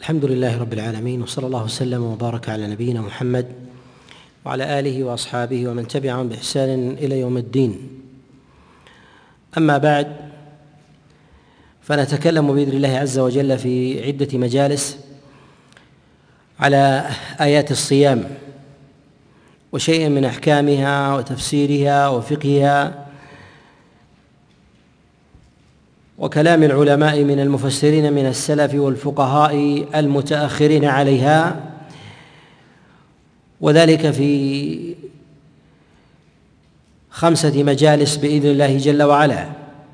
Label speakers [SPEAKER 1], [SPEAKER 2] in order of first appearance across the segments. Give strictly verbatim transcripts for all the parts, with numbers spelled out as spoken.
[SPEAKER 1] الحمد لله رب العالمين، وصلى الله وسلم وبارك على نبينا محمد وعلى آله وأصحابه ومن تبعهم بإحسان إلى يوم الدين. أما بعد، فنتكلم بإذن الله عز وجل في عدة مجالس على آيات الصيام وشيء من أحكامها وتفسيرها وفقهها وكلام العلماء من المفسرين من السلف والفقهاء المتأخرين عليها، وذلك في خمسة مجالس بإذن الله جل وعلا.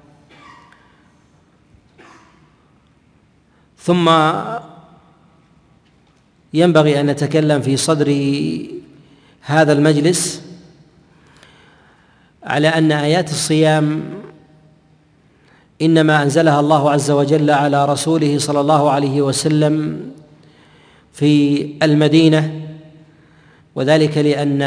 [SPEAKER 1] ثم ينبغي أن نتكلم في صدر هذا المجلس على أن آيات الصيام إنما أنزلها الله عز وجل على رسوله صلى الله عليه وسلم في المدينة، وذلك لأن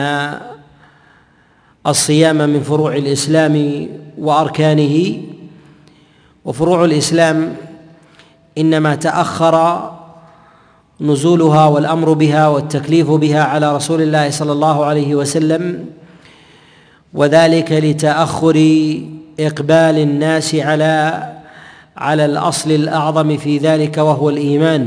[SPEAKER 1] الصيام من فروع الإسلام وأركانه، وفروع الإسلام إنما تأخر نزولها والأمر بها والتكليف بها على رسول الله صلى الله عليه وسلم، وذلك لتأخر إقبال الناس على على الأصل الأعظم في ذلك وهو الإيمان.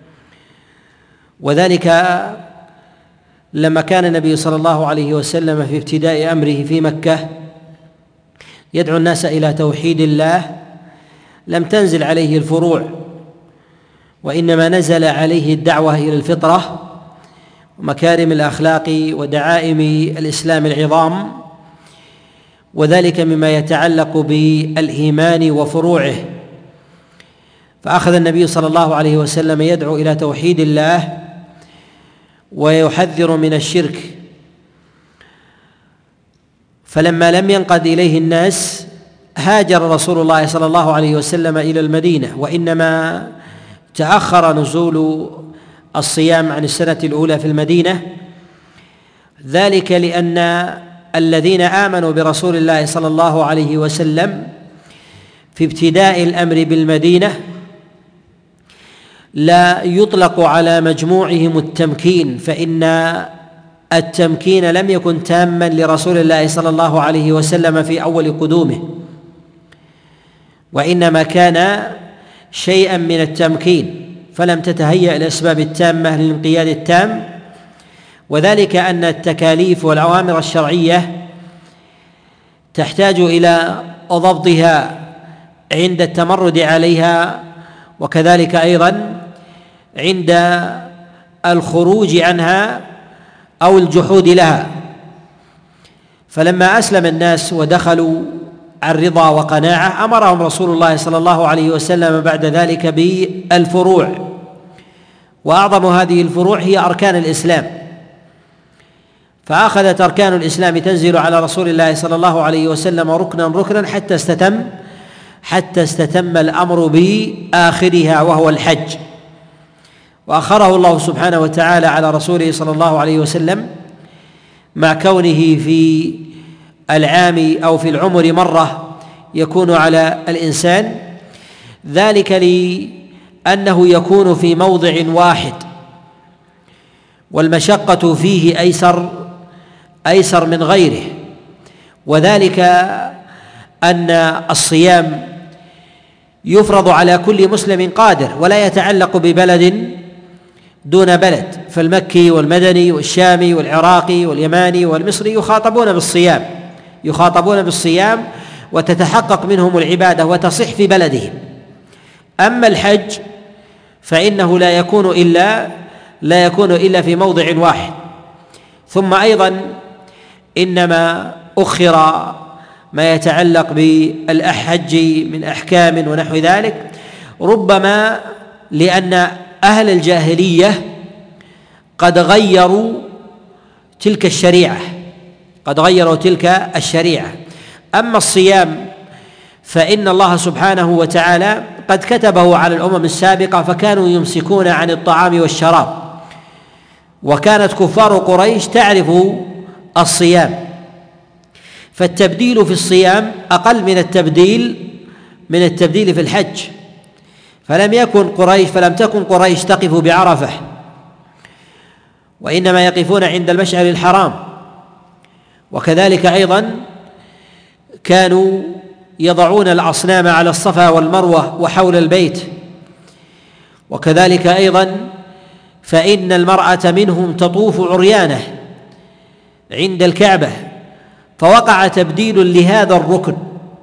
[SPEAKER 1] وذلك لما كان النبي صلى الله عليه وسلم في ابتداء أمره في مكة يدعو الناس إلى توحيد الله، لم تنزل عليه الفروع، وإنما نزل عليه الدعوة إلى الفطرة ومكارم الأخلاق ودعائم الإسلام العظام، وذلك مما يتعلق بالإيمان وفروعه. فأخذ النبي صلى الله عليه وسلم يدعو إلى توحيد الله ويحذر من الشرك، فلما لم ينقد إليه الناس هاجر رسول الله صلى الله عليه وسلم إلى المدينة، وإنما تأخر نزول الصيام عن السنة الأولى في المدينة، ذلك لأن الذين آمنوا برسول الله صلى الله عليه وسلم في ابتداء الأمر بالمدينة لا يطلق على مجموعهم التمكين، فإن التمكين لم يكن تاما لرسول الله صلى الله عليه وسلم في أول قدومه، وإنما كان شيئا من التمكين، فلم تتهيأ الأسباب التامة للانقياد التام، وذلك أن التكاليف والأوامر الشرعية تحتاج إلى ضبطها عند التمرد عليها، وكذلك أيضا عند الخروج عنها أو الجحود لها. فلما أسلم الناس ودخلوا عن رضا وقناعة أمرهم رسول الله صلى الله عليه وسلم بعد ذلك بالفروع، وأعظم هذه الفروع هي أركان الإسلام، فأخذت أركان الإسلام تنزل على رسول الله صلى الله عليه وسلم ركنا ركنا حتى استتم حتى استتم الأمر بآخرها وهو الحج، وأخره الله سبحانه وتعالى على رسوله صلى الله عليه وسلم مع كونه في العام أو في العمر مرة يكون على الإنسان، ذلك لأنه يكون في موضع واحد، والمشقة فيه أيسر أيسر من غيره، وذلك أن الصيام يفرض على كل مسلم قادر ولا يتعلق ببلد دون بلد، فالمكي والمدني والشامي والعراقي واليماني والمصري يخاطبون بالصيام يخاطبون بالصيام وتتحقق منهم العبادة وتصح في بلدهم. أما الحج فإنه لا يكون إلا لا يكون إلا في موضع واحد. ثم أيضا إنما أخر ما يتعلق بالحج من أحكام ونحو ذلك، ربما لأن أهل الجاهلية قد غيروا تلك الشريعة قد غيروا تلك الشريعة. أما الصيام فإن الله سبحانه وتعالى قد كتبه على الأمم السابقة، فكانوا يمسكون عن الطعام والشراب، وكانت كفار قريش تعرف الصيام، فالتبديل في الصيام أقل من التبديل من التبديل في الحج. فلم يكن قريش فلم تكن قريش تقف بعرفة، وإنما يقفون عند المشعر الحرام. وكذلك أيضا كانوا يضعون الأصنام على الصفا والمروة وحول البيت. وكذلك أيضا فإن المرأة منهم تطوف عريانة عند الكعبة، فوقع تبديل لهذا الركن،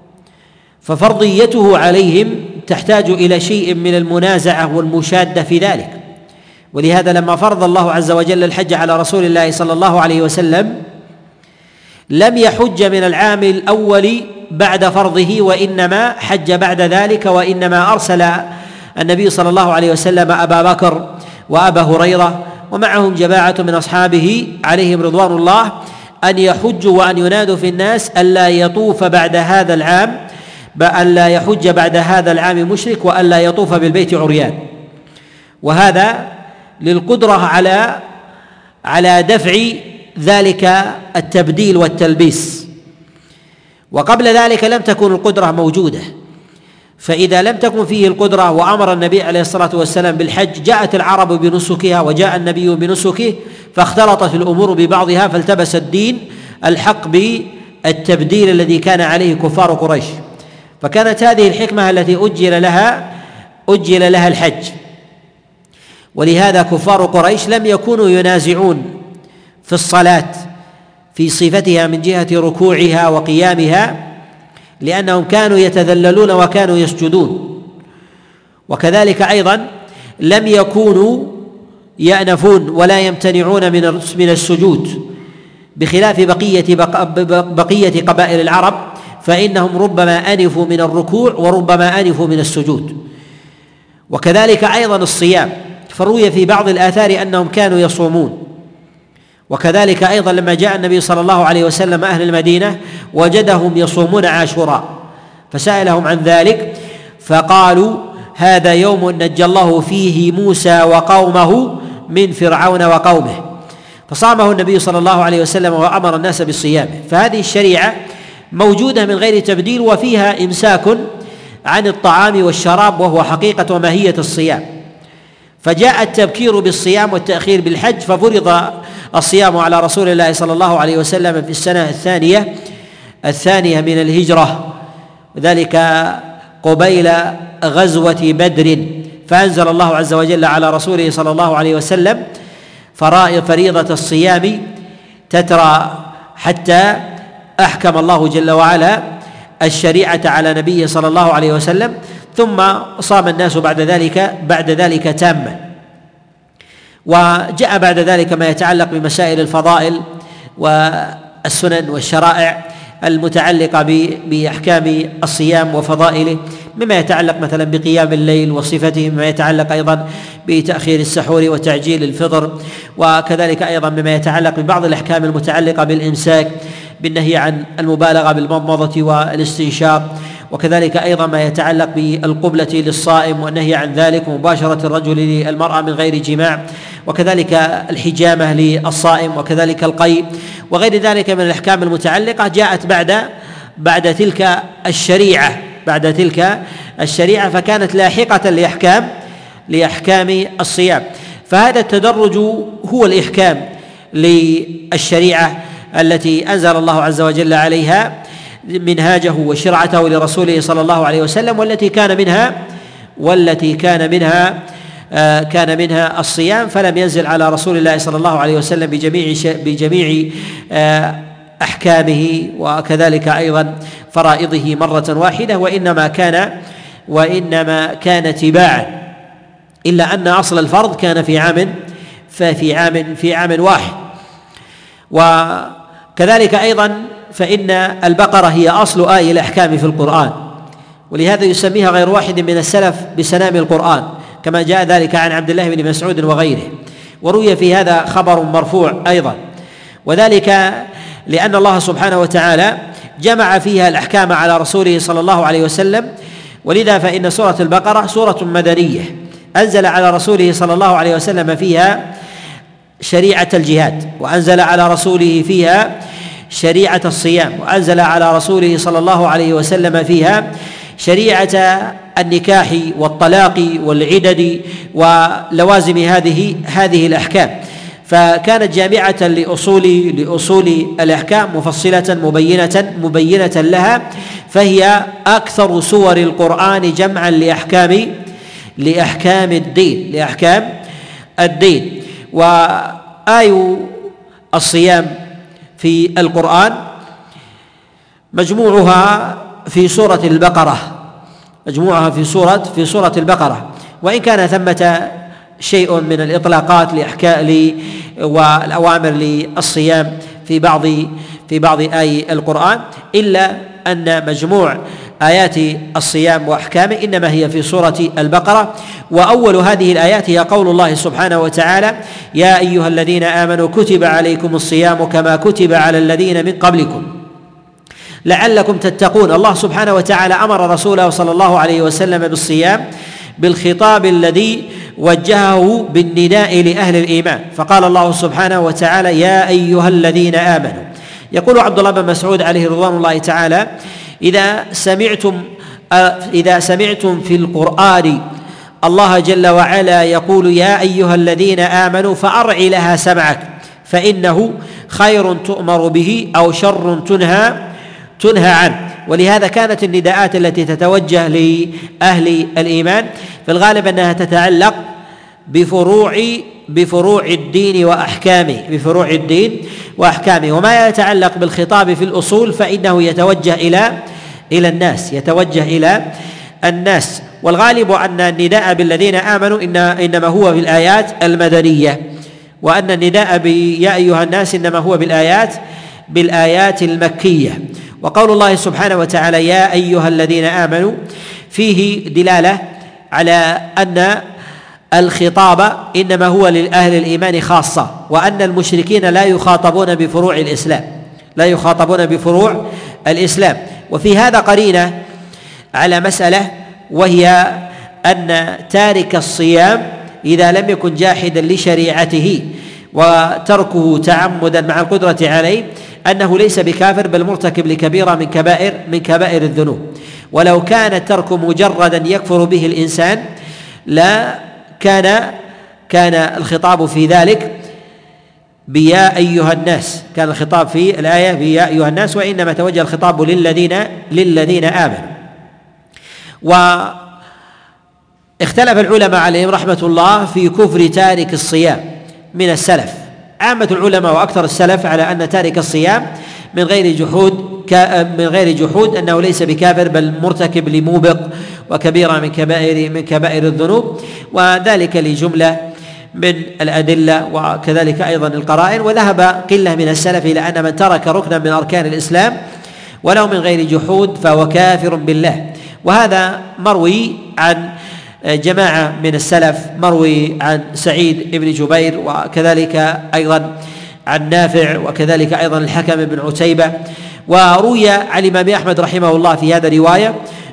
[SPEAKER 1] ففرضيته عليهم تحتاج إلى شيء من المنازعة والمشادة في ذلك. ولهذا لما فرض الله عز وجل الحج على رسول الله صلى الله عليه وسلم لم يحج من العام الأول بعد فرضه، وإنما حج بعد ذلك، وإنما أرسل النبي صلى الله عليه وسلم أبا بكر وأبا هريرة ومعهم جماعة من أصحابه عليهم رضوان الله أن يحجوا وأن ينادوا في الناس ألا يطوف بعد هذا العام ألا يحج بعد هذا العام مشرك، وألا يطوف بالبيت عريان. وهذا للقدرة على على دفع ذلك التبديل والتلبيس. وقبل ذلك لم تكن القدرة موجودة، فإذا لم تكن فيه القدرة وأمر النبي عليه الصلاة والسلام بالحج جاءت العرب بنسكها وجاء النبي بنسكه، فاختلطت الأمور ببعضها، فالتبس الدين الحق بالتبديل الذي كان عليه كفار قريش. فكانت هذه الحكمة التي أجل لها أجل لها الحج. ولهذا كفار قريش لم يكونوا ينازعون في الصلاة في صفتها من جهة ركوعها وقيامها، لأنهم كانوا يتذللون وكانوا يسجدون. وكذلك أيضا لم يكونوا يأنفون ولا يمتنعون من من السجود، بخلاف بقية بقية قبائل العرب، فإنهم ربما أنفوا من الركوع وربما أنفوا من السجود. وكذلك أيضا الصيام، فروي في بعض الآثار أنهم كانوا يصومون. وكذلك أيضا لما جاء النبي صلى الله عليه وسلم أهل المدينة وجدهم يصومون عاشوراء، فسألهم عن ذلك فقالوا هذا يوم نجى الله فيه موسى وقومه من فرعون وقومه، فصامه النبي صلى الله عليه وسلم وأمر الناس بالصيام. فهذه الشريعة موجودة من غير تبديل، وفيها إمساك عن الطعام والشراب، وهو حقيقة وماهية الصيام. فجاء التبكير بالصيام والتأخير بالحج، ففرض الصيام على رسول الله صلى الله عليه وسلم في السنة الثانية الثانية من الهجرة، ذلك قبيل غزوة بدر، فأنزل الله عز وجل على رسوله صلى الله عليه وسلم فريضة الصيام تترى، حتى أحكم الله جل وعلا الشريعة على نبيه صلى الله عليه وسلم، ثم صام الناس بعد ذلك بعد ذلك تامة. وجاء بعد ذلك ما يتعلق بمسائل الفضائل والسنن والشرائع المتعلقة بأحكام الصيام وفضائله، مما يتعلق مثلا بقيام الليل وصفته، مما يتعلق أيضا بتأخير السحور وتعجيل الفطر، وكذلك أيضا مما يتعلق ببعض الأحكام المتعلقة بالإمساك، بالنهي عن المبالغة بالمضمضة والاستنشاق، وكذلك أيضا ما يتعلق بالقبلة للصائم والنهي عن ذلك، ومباشرة الرجل للمرأة من غير جماع، وكذلك الحجامة للصائم، وكذلك القيء، وغير ذلك من الأحكام المتعلقة جاءت بعد بعد تلك الشريعة بعد تلك الشريعة فكانت لاحقة لأحكام لأحكام الصيام. فهذا التدرج هو الإحكام للشريعة التي أنزل الله عز وجل عليها منهاجه وشرعته لرسوله صلى الله عليه وسلم، والتي كان منها والتي كان منها آه كان منها الصيام، فلم ينزل على رسول الله صلى الله عليه وسلم بجميع بجميع آه أحكامه وكذلك أيضا فرائضه مرة واحدة، وإنما كان وإنما كان تباعا، إلا أن أصل الفرض كان في عام ففي عام في عام واحد. وكذلك أيضا فإن البقرة هي أصل آي الأحكام في القرآن، ولهذا يسميها غير واحد من السلف بسنام القرآن، كما جاء ذلك عن عبد الله بن مسعود وغيره. وروي في هذا خبر مرفوع أيضا، وذلك لأن الله سبحانه وتعالى جمع فيها الأحكام على رسوله صلى الله عليه وسلم، ولذا فإن سورة البقرة سورة مدنية أنزل على رسوله صلى الله عليه وسلم فيها شريعة الجهاد، وأنزل على رسوله فيها شريعة الصيام، وأنزل على رسوله صلى الله عليه وسلم فيها شريعة النكاح والطلاق والعدد ولوازم هذه هذه الأحكام، فكانت جامعة لأصول لأصول الأحكام مفصلة مبينة مبينة لها، فهي أكثر سور القرآن جمعا لأحكام لأحكام الدين لأحكام الدين. وآي الصيام في القرآن مجموعها في سورة البقرة مجموعها في سورة في سورة البقرة، وإن كان ثمة شيء من الإطلاقات لأحكام والأوامر للصيام في بعض في بعض آي القرآن، إلا أن مجموع آيات الصيام وأحكامه إنما هي في سورة البقرة. وأول هذه الآيات هي قول الله سبحانه وتعالى: يا أيها الذين آمنوا كتب عليكم الصيام كما كتب على الذين من قبلكم لعلكم تتقون. الله سبحانه وتعالى أمر رسوله صلى الله عليه وسلم بالصيام بالخطاب الذي وجهه بالنداء لأهل الإيمان، فقال الله سبحانه وتعالى: يا أيها الذين آمنوا. يقول عبد الله بن مسعود عليه رضوان الله تعالى: إذا سمعتم إذا سمعتم في القرآن الله جل وعلا يقول يا أيها الذين آمنوا فأرع لها سمعك، فإنه خير تؤمر به أو شر تنهى تنهى عنه. ولهذا كانت النداءات التي تتوجه لأهل الإيمان في الغالب أنها تتعلق بفروع بفروع الدين وأحكامه بفروع الدين وأحكامه وما يتعلق بالخطاب في الأصول فإنه يتوجه إلى إلى الناس يتوجه إلى الناس والغالب أن النداء بالذين آمنوا إن إنما هو في الآيات المدنية، وأن النداء بيا أيها الناس إنما هو بالآيات بالآيات المكية. وقول الله سبحانه وتعالى يا أيها الذين آمنوا فيه دلالة على أن الخطاب إنما هو لأهل الإيمان خاصة، وأن المشركين لا يخاطبون بفروع الإسلام لا يخاطبون بفروع الإسلام. وفي هذا قرينة على مسألة، وهي أن تارك الصيام إذا لم يكن جاحدا لشريعته وتركه تعمدا مع القدرة عليه أنه ليس بكافر بل مرتكب لكبيرة من كبائر من كبائر الذنوب. ولو كان الترك مجردا يكفر به الإنسان لا كان كان الخطاب في ذلك بيا أيها الناس، كان الخطاب في الآية بيا أيها الناس، وإنما توجه الخطاب للذين للذين آمنوا. واختلف العلماء عليهم رحمة الله في كفر تارك الصيام من السلف. عامة العلماء وأكثر السلف على أن تارك الصيام من غير جحود من غير جحود أنه ليس بكافر بل مرتكب لموبق وكبيرة من كبائر من كبائر الذنوب، وذلك لجملة من الأدلة وكذلك أيضا القرائن. وذهب قلة من السلف إلى أن من ترك ركنا من أركان الإسلام ولو من غير جحود فهو كافر بالله، وهذا مروي عن جماعة من السلف، مروي عن سعيد بن جبير وكذلك أيضا عن نافع وكذلك أيضا الحكم بن عتيبة، وروي عن الإمام أحمد رحمه الله في هذا رواية،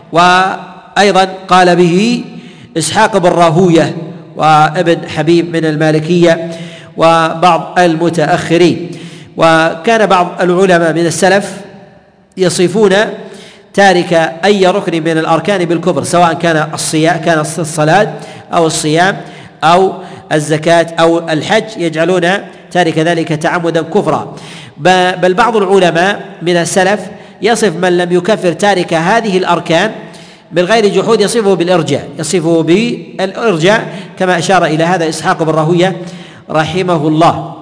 [SPEAKER 1] وأيضا قال به إسحاق بن راهوية وابن حبيب من المالكية وبعض المتأخرين. وكان بعض العلماء من السلف يصفون تارك أي ركن من الأركان بالكفر، سواء كان الصيام كان الصلاة أو الصيام أو الزكاة أو الحج، يجعلون تارك ذلك تعمدا كفرا. بل بعض العلماء من السلف يصف من لم يكفر تارك هذه الأركان من غير جحود يصفه بالإرجاء يصفه بالإرجاء كما أشار إلى هذا إسحاق بن راهوية رحمه الله.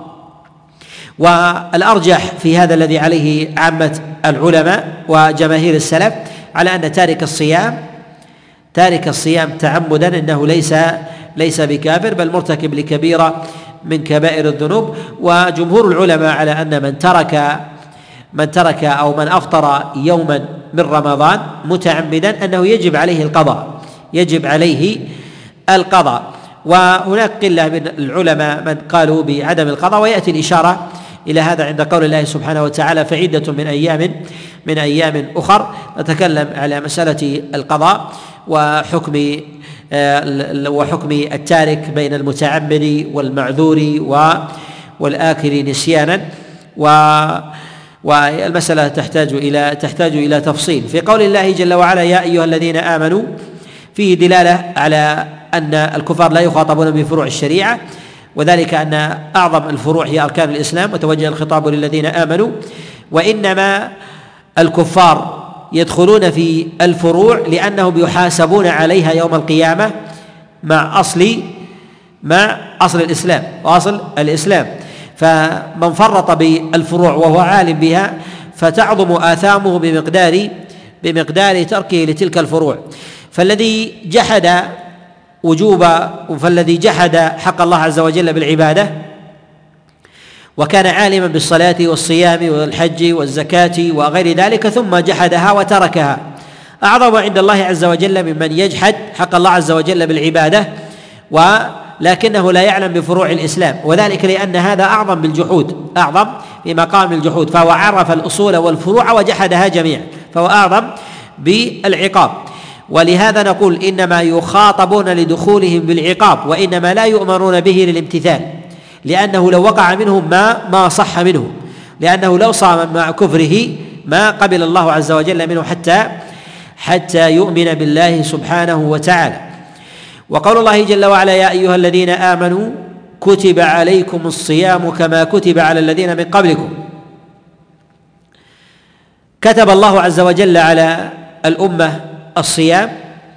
[SPEAKER 1] والأرجح في هذا الذي عليه عامة العلماء وجماهير السلف على أن تارك الصيام تارك الصيام تعمدا إنه ليس ليس بكافر بل مرتكب لكبيرة من كبائر الذنوب. وجمهور العلماء على أن من ترك من ترك أو من أفطر يوما من رمضان متعمدا أنه يجب عليه القضاء يجب عليه القضاء. وهناك قلة من العلماء من قالوا بعدم القضاء، ويأتي الإشارة إلى هذا عند قول الله سبحانه وتعالى فعدة من أيام من أيام أخر. نتكلم على مسألة القضاء وحكم وحكم التارك بين المتعمد والمعذور والآكل نسيانا، والمسألة تحتاج إلى تحتاج إلى تفصيل. في قول الله جل وعلا يا أيها الذين آمنوا فيه دلالة على أن الكفار لا يخاطبون بفروع الشريعة، وذلك أن أعظم الفروع هي أركان الإسلام، وتوجه الخطاب للذين آمنوا، وإنما الكفار يدخلون في الفروع لأنهم يحاسبون عليها يوم القيامة مع أصل مع أصل الإسلام وأصل الإسلام. فمن فرط بالفروع وهو عالم بها فتعظم آثامه بمقدار بمقدار تركه لتلك الفروع. فالذي جحد وجوب فالذي جحد حق الله عز وجل بالعبادة وكان عالما بالصلاة والصيام والحج والزكاة وغير ذلك ثم جحدها وتركها أعظم عند الله عز وجل ممن يجحد حق الله عز وجل بالعبادة ولكنه لا يعلم بفروع الإسلام، وذلك لأن هذا أعظم بالجحود، أعظم في مقام الجحود، فهو عرف الأصول والفروع وجحدها جميعا، فهو أعظم بالعقاب. ولهذا نقول إنما يخاطبون لدخولهم بالعقاب، وإنما لا يؤمرون به للامتثال، لأنه لو وقع منهم ما ما صح منه، لأنه لو صام مع كفره ما قبل الله عز وجل منه حتى حتى يؤمن بالله سبحانه وتعالى. وقول الله جل وعلا: يا أيها الذين آمنوا كتب عليكم الصيام كما كتب على الذين من قبلكم. كتب الله عز وجل على الأمة الصيام،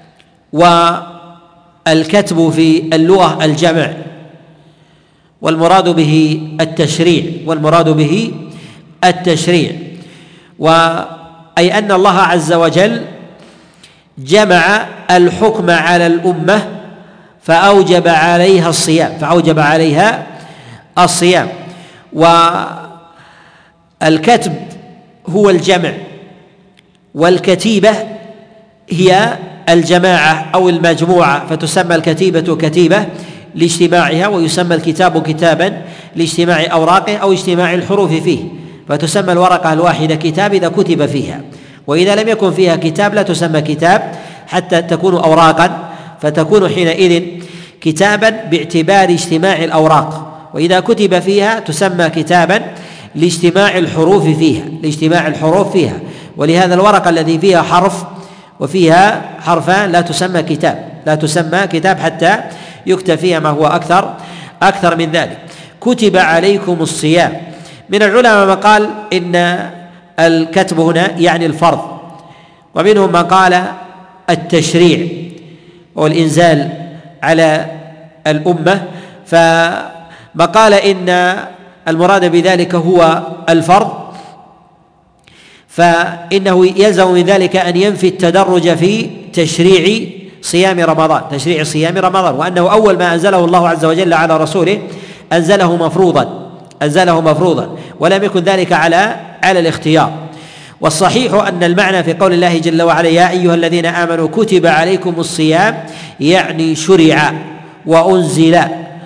[SPEAKER 1] والكتب في اللغة الجمع، والمراد به التشريع والمراد به التشريع وأي أن الله عز وجل جمع الحكم على الأمة فأوجب عليها الصيام فأوجب عليها الصيام والكتب هو الجمع، والكتيبة هي الجماعة أو المجموعة، فتسمى الكتيبة كتيبة لاجتماعها، ويسمى الكتاب كتابا لاجتماع أوراقه أو اجتماع الحروف فيه، فتسمى الورقة الواحدة كتاب إذا كتب فيها، وإذا لم يكن فيها كتاب لا تسمى كتاب حتى تكون أوراقا، فتكون حينئذ كتابا باعتبار اجتماع الأوراق، وإذا كتب فيها تسمى كتابا لاجتماع الحروف فيها لاجتماع الحروف فيها ولهذا الورقة الذي فيها حرف وفيها حرفان لا تسمى كتاب لا تسمى كتاب حتى يكتب فيها ما هو أكثر أكثر من ذلك. كتب عليكم الصيام. من العلماء من قال إن الكتب هنا يعني الفرض، ومنهم من قال التشريع والإنزال على الأمة، فما قال إن المراد بذلك هو الفرض فإنه يلزم من ذلك أن ينفي التدرج في تشريع صيام رمضان تشريع صيام رمضان وأنه أول ما أنزله الله عز وجل على رسوله أنزله مفروضا أنزله مفروضا ولم يكن ذلك على على الاختيار. والصحيح أن المعنى في قول الله جل وعلا: يا أيها الذين آمنوا كتب عليكم الصيام، يعني شرع وأنزل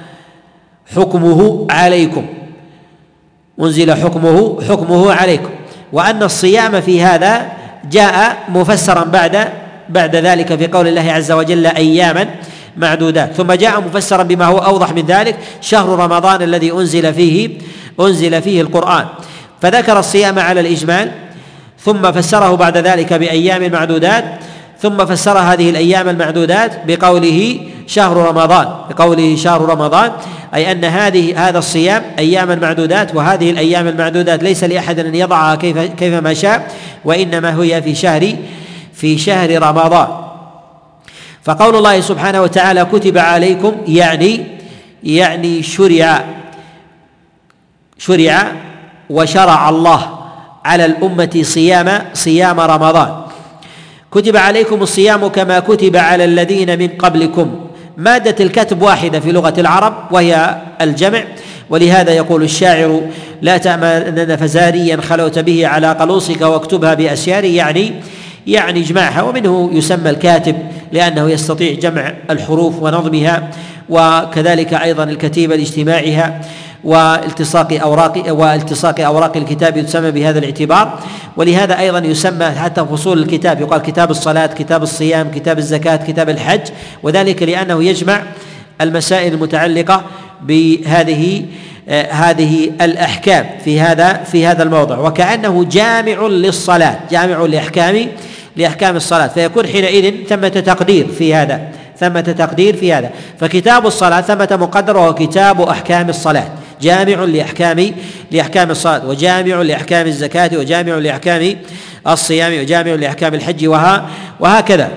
[SPEAKER 1] حكمه عليكم أنزل حكمه حكمه عليكم وأن الصيام في هذا جاء مفسرا بعد بعد ذلك في قول الله عز وجل: أياما معدودات، ثم جاء مفسرا بما هو أوضح من ذلك: شهر رمضان الذي أنزل فيه أنزل فيه القرآن، فذكر الصيام على الإجمال ثم فسره بعد ذلك بأيام معدودات، ثم فسر هذه الأيام المعدودات بقوله شهر رمضان بقوله شهر رمضان أي أن هذه هذا الصيام أياما معدودات، وهذه الأيام المعدودات ليس لأحد أن يضعها كيف كيفما شاء، وإنما هي في شهر في شهر رمضان. فقول الله سبحانه وتعالى: كتب عليكم يعني يعني شرع شرع وشرع الله على الأمة صيام صيام رمضان. كتب عليكم الصيام كما كتب على الذين من قبلكم. مادة الكتب واحدة في لغة العرب وهي الجمع، ولهذا يقول الشاعر: لا تأمنن فزاريا خلوت به على قلوصك واكتبها بأسيار، يعني يعني اجمعها. ومنه يسمى الكاتب لأنه يستطيع جمع الحروف ونظمها، وكذلك أيضا الكتيبة لاجتماعها والتصاق أوراق والتصاق أوراق الكتاب يسمى بهذا الاعتبار. ولهذا أيضا يسمى حتى فصول الكتاب يقال كتاب الصلاة، كتاب الصيام، كتاب الزكاة، كتاب الحج، وذلك لأنه يجمع المسائل المتعلقة بهذه هذه الأحكام في هذا في هذا الموضع، وكأنه جامع للصلاة جامع لأحكام لأحكام الصلاة، فيكون حينئذ ثمة تقدير في هذا ثمة تقدير في هذا فكتاب الصلاة ثمة مقدر وهو كتاب أحكام الصلاة، جامع لأحكام لأحكام الصلاة، وجامع لأحكام الزكاة، وجامع لأحكام الصيام، وجامع لأحكام الحج، وها وهكذا.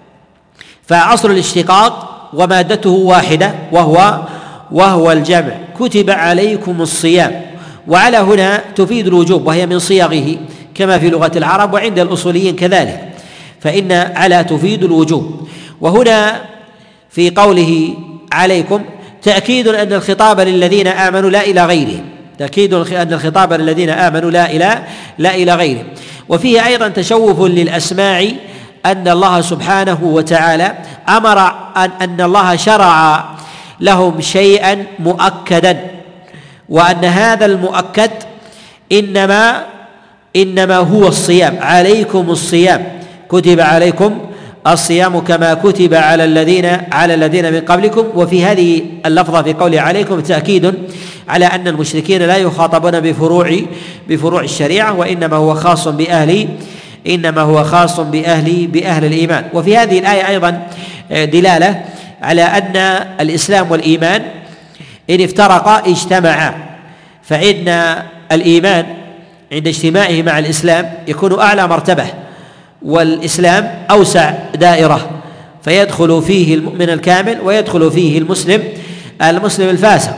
[SPEAKER 1] فأصل الاشتقاق ومادته واحدة وهو وهو الجمع. كتب عليكم الصيام، وعلى هنا تفيد الوجوب وهي من صيغه كما في لغة العرب وعند الأصوليين كذلك، فإن على تفيد الوجوب. وهنا في قوله عليكم تأكيد أن الخطاب للذين آمنوا لا إلى غيرهم، تأكيد أن الخطاب للذين آمنوا لا إلى لا إلى غيرهم. وفيه أيضا تشوف للأسماع أن الله سبحانه وتعالى أمر أن, أن الله شرع لهم شيئا مؤكدا، وأن هذا المؤكد إنما إنما هو الصيام. عليكم الصيام، كتب عليكم الصيام كما كتب على الذين على الذين من قبلكم. وفي هذه اللفظة في قوله عليكم تأكيد على أن المشركين لا يخاطبون بفروع بفروع الشريعة، وإنما هو خاص بأهل إنما هو خاص بأهل بأهل الإيمان. وفي هذه الآية أيضا دلالة على أن الإسلام والإيمان إن افترقا اجتمعا، فإن الإيمان عند اجتماعه مع الإسلام يكون أعلى مرتبة، والإسلام أوسع دائرة، فيدخل فيه المؤمن الكامل ويدخل فيه المسلم المسلم الفاسق.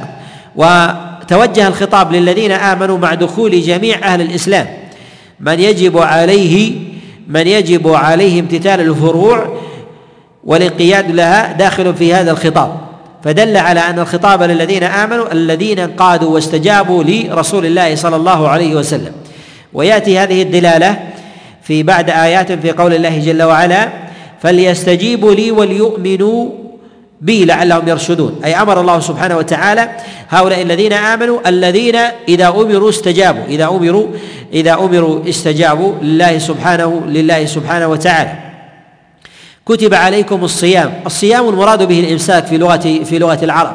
[SPEAKER 1] وتوجه الخطاب للذين آمنوا مع دخول جميع أهل الإسلام من يجب عليه من يجب عليه امتثال الفروع والانقياد لها داخل في هذا الخطاب، فدل على أن الخطاب للذين آمنوا الذين انقادوا واستجابوا لرسول الله صلى الله عليه وسلم. ويأتي هذه الدلالة في بعد آيات في قول الله جل وعلا فليستجيبوا لي وليؤمنوا بي لعلهم يرشدون، أي أمر الله سبحانه وتعالى هؤلاء الذين آمنوا الذين إذا أمروا استجابوا إذا أمروا إذا أمروا استجابوا لله سبحانه لله سبحانه وتعالى. كتب عليكم الصيام، الصيام المراد به الإمساك في لغة في لغة العرب،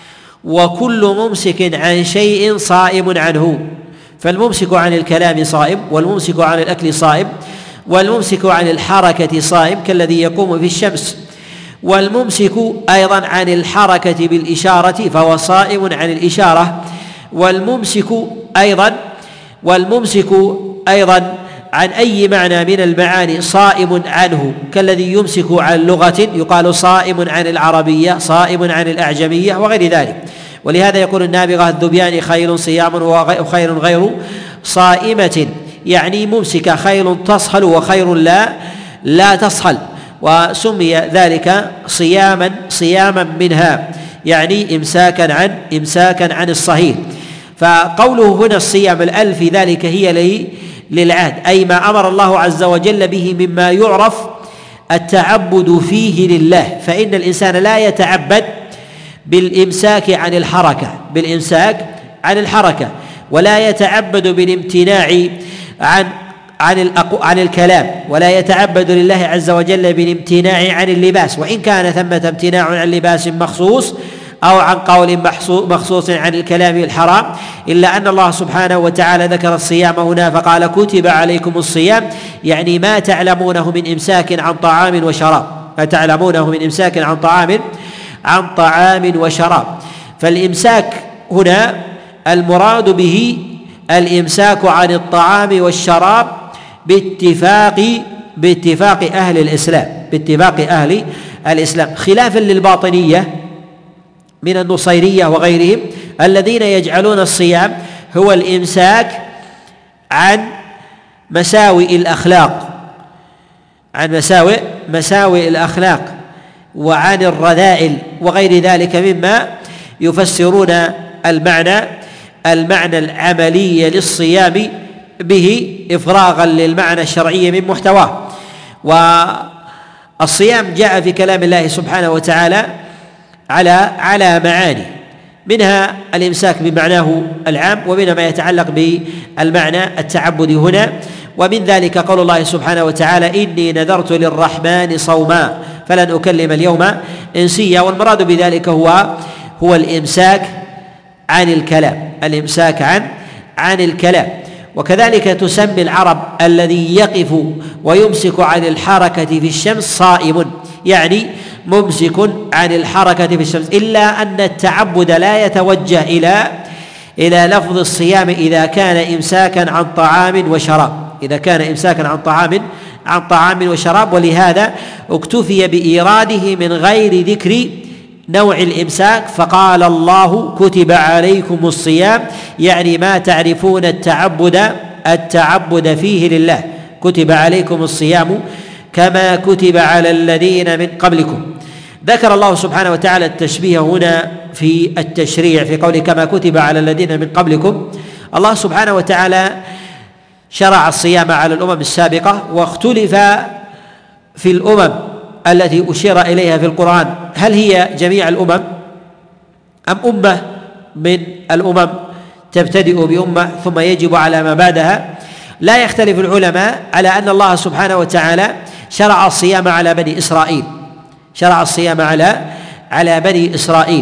[SPEAKER 1] وكل ممسك عن شيء صائم عنه، فالممسك عن الكلام صائم، والممسك عن الأكل صائم، والممسك عن الحركة صائم كالذي يقوم في الشمس، والممسك أيضا عن الحركة بالإشارة فهو صائم عن الإشارة، والممسك أيضا والممسك أيضا عن أي معنى من المعاني صائم عنه كالذي يمسك عن لغة يقال صائم عن العربية، صائم عن الأعجمية وغير ذلك. ولهذا يقول النابغة الذبيان خيل صيام وخير غير صائمة، يعني ممسك خيل تصهل وخير لا لا تصهل، وسمي ذلك صياما صياما منها، يعني إمساكا عن إمساكا عن الصهيل. فقوله هنا الصيام الأل في ذلك هي لي للعهد، أي ما أمر الله عز وجل به مما يعرف التعبد فيه لله، فإن الإنسان لا يتعبد بالإمساك عن الحركة بالإمساك عن الحركة ولا يتعبد بالامتناع عن عن عن الكلام، ولا يتعبد لله عز وجل بالامتناع عن اللباس، وإن كان ثمة امتناع عن لباس مخصوص أو عن قول مخصوص عن الكلام الحرام، إلا أن الله سبحانه وتعالى ذكر الصيام هنا فقال كتب عليكم الصيام، يعني ما تعلمونه من إمساك عن طعام وشراب ما تعلمونه من إمساك عن طعام عن طعام وشراب. فالإمساك هنا المراد به الإمساك عن الطعام والشراب باتفاق باتفاق أهل الإسلام باتفاق أهل الإسلام، خلافا للباطنية من النصيرية وغيرهم الذين يجعلون الصيام هو الإمساك عن مساوئ الأخلاق عن مساوئ مساوئ الأخلاق وعن الرذائل وغير ذلك مما يفسرون المعنى المعنى العملي للصيام به إفراغا للمعنى الشرعي من محتواه. والصيام جاء في كلام الله سبحانه وتعالى على على معاني، منها الإمساك بمعناه العام، ومنها ما يتعلق بالمعنى التعبدي هنا، ومن ذلك قول الله سبحانه وتعالى إني نذرت للرحمن صوما فلن أكلم اليوم إنسيا. والمراد بذلك هو هو الإمساك عن الكلام الإمساك عن عن الكلام وكذلك تسمي العرب الذي يقف ويمسك عن الحركة في الشمس صائم، يعني ممسك عن الحركة في الشمس، إلا أن التعبد لا يتوجه إلى إلى لفظ الصيام إذا كان إمساكا عن طعام وشراب، إذا كان إمساكا عن طعام عن طعام وشراب، ولهذا اكتفي بإيراده من غير ذكر نوع الإمساك، فقال الله كتب عليكم الصيام، يعني ما تعرفون التعبد التعبد فيه لله، كتب عليكم الصيام كما كتب على الذين من قبلكم. ذكر الله سبحانه وتعالى التشبيه هنا في التشريع في قوله كما كتب على الذين من قبلكم. الله سبحانه وتعالى شرع الصيام على الأمم السابقة، واختلف في الأمم التي أشير إليها في القرآن، هل هي جميع الأمم أم أمة من الأمم تبتدئ بأمة ثم يجب على ما بعدها؟ لا يختلف العلماء على أن الله سبحانه وتعالى شرع الصيام على بني إسرائيل، شرع الصيام على على بني إسرائيل،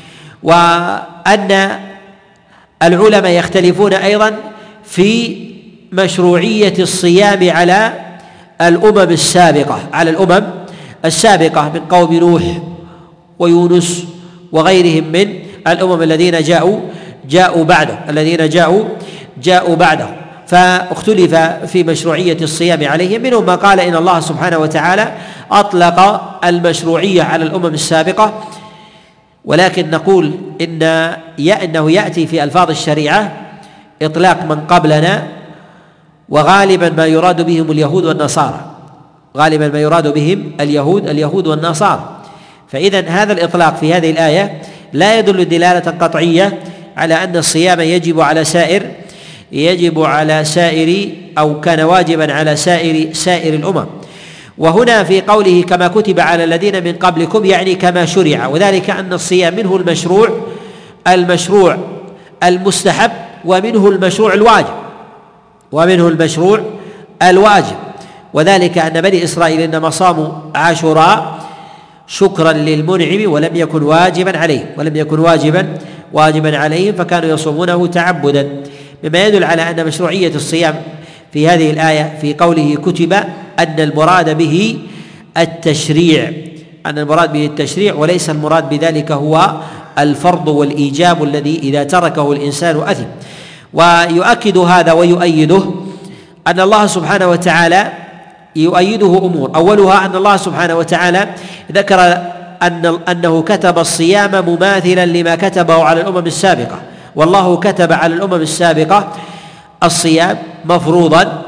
[SPEAKER 1] وأن العلماء يختلفون أيضا في مشروعية الصيام على الأمم السابقة على الأمم السابقة من قوم نوح ويونس وغيرهم من الأمم الذين جاءوا جاءوا بعده الذين جاءوا جاءوا بعده فاختلف في مشروعية الصيام عليهم. منهم ما قال إن الله سبحانه وتعالى أطلق المشروعية على الأمم السابقة، ولكن نقول إن إنه يأتي في ألفاظ الشريعة إطلاق من قبلنا، وغالبا ما يراد بهم اليهود والنصارى، غالبا ما يراد بهم اليهود اليهود والنصارى. فإذا هذا الإطلاق في هذه الآية لا يدل دلالة قطعية على أن الصيام يجب على سائر يجب على سائر أو كان واجبا على سائر سائر الأمم. وهنا في قوله كما كتب على الذين من قبلكم يعني كما شرع، وذلك أن الصيام منه المشروع المشروع المستحب ومنه المشروع الواجب ومنه المشروع الواجب وذلك أن بني إسرائيل إنما صاموا عاشوراء شكرا للمنعم ولم يكن واجبا عليهم ولم يكن واجبا واجبا عليهم فكانوا يصومونه تعبدا، مما يدل على أن مشروعية الصيام في هذه الآية في قوله كتب أن المراد به التشريع أن المراد به التشريع وليس المراد بذلك هو الفرض والإيجاب الذي إذا تركه الإنسان أثم. ويؤكد هذا ويؤيده أن الله سبحانه وتعالى يؤيده أمور، أولها أن الله سبحانه وتعالى ذكر أن أنه كتب الصيام مماثلا لما كتبه على الأمم السابقة، والله كتب على الأمم السابقة الصيام مفروضا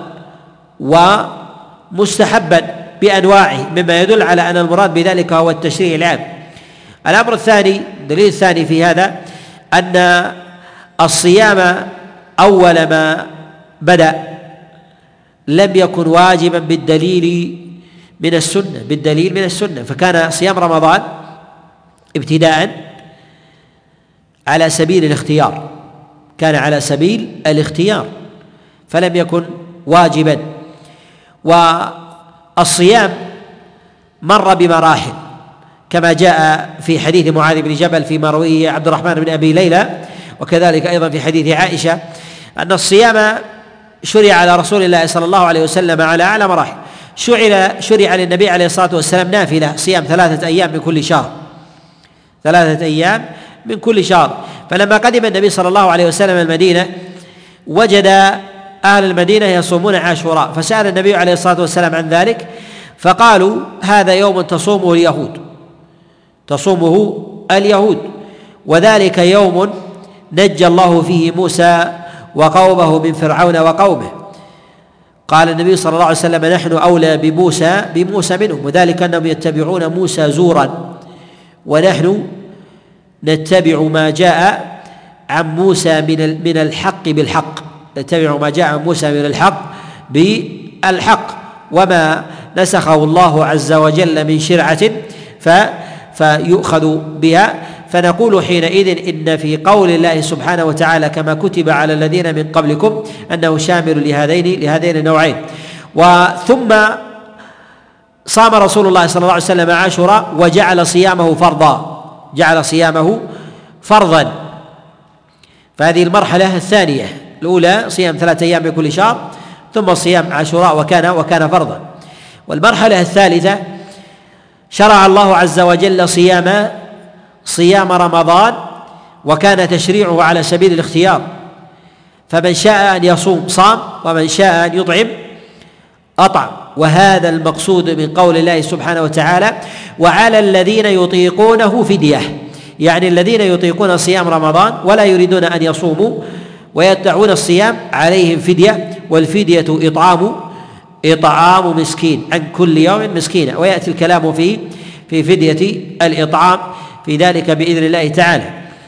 [SPEAKER 1] ومستحبا بأنواعه، مما يدل على أن المراد بذلك هو التشريع العام. الأمر الثاني الدليل الثاني في هذا أن الصيام أول ما بدأ لم يكن واجبا بالدليل من السنة بالدليل من السنة فكان صيام رمضان ابتداء على سبيل الاختيار كان على سبيل الاختيار فلم يكن واجبا. والصيام مر بمراحل كما جاء في حديث معاذ بن جبل فيما رويه عبد الرحمن بن أبي ليلى، وكذلك أيضا في حديث عائشة أن الصيام شرع على رسول الله صلى الله عليه وسلم على أعلى مراحل. شرع شرع للنبي عليه الصلاة والسلام نافلة صيام ثلاثة أيام من كل شهر ثلاثة أيام من كل شهر فلما قدم النبي صلى الله عليه وسلم المدينة وجد أهل المدينة يصومون عاشوراء، فسأل النبي عليه الصلاة والسلام عن ذلك فقالوا هذا يوم تصومه اليهود تصومه اليهود وذلك يوم نجى الله فيه موسى وقومه من فرعون وقومه. قال النبي صلى الله عليه وسلم نحن أولى بموسى بموسى منهم، وذلك أنهم يتبعون موسى زورا ونحن نتبع ما جاء عن موسى من من الحق بالحق نتبع ما جاء عن موسى من الحق بالحق وما نسخه الله عز وجل من شرعة فيؤخذ بها. فنقول حينئذ إن في قول الله سبحانه وتعالى كما كتب على الذين من قبلكم أنه شامل لهذين لهذين النوعين. وثم صام رسول الله صلى الله عليه وسلم عاشوراء وجعل صيامه فرضا جعل صيامه فرضا فهذه المرحلة الثانية الأولى صيام ثلاثة أيام من كل شهر، ثم صيام عاشوراء وكان وكان فرضا. والمرحلة الثالثة شرع الله عز وجل صيام صيام رمضان، وكان تشريعه على سبيل الاختيار، فمن شاء أن يصوم صام، ومن شاء أن يطعم أطعم. وهذا المقصود من قول الله سبحانه وتعالى: وعلى الذين يطيقونه فدية، يعني الذين يطيقون صيام رمضان ولا يريدون أن يصوموا ويدعون الصيام عليهم فدية، والفدية إطعام إطعام مسكين، عن كل يوم مسكينا. ويأتي الكلام في في فدية الإطعام في ذلك بإذن الله تعالى.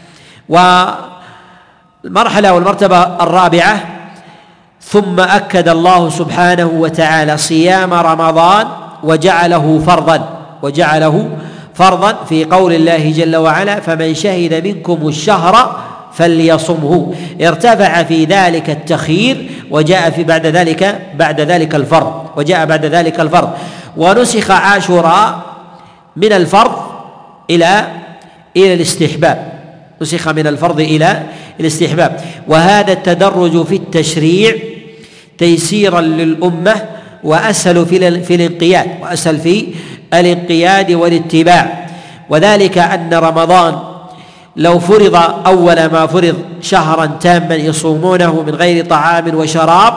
[SPEAKER 1] والمرحلة والمرتبة الرابعة: ثم أكد الله سبحانه وتعالى صيام رمضان وجعله فرضا وجعله فرضا في قول الله جل وعلا: فمن شهد منكم الشهر فليصمه. ارتفع في ذلك التخيير، وجاء في بعد ذلك بعد ذلك الفرض وجاء بعد ذلك الفرض ونسخ عاشوراء من الفرض إلى إلى الاستحباب، نسخ من الفرض إلى الاستحباب. وهذا التدرج في التشريع تيسيرا للأمة، وأسهل في في الانقياد وأسهل في الانقياد والاتباع. وذلك أن رمضان لو فرض أول ما فرض شهرا تاما يصومونه من غير طعام وشراب،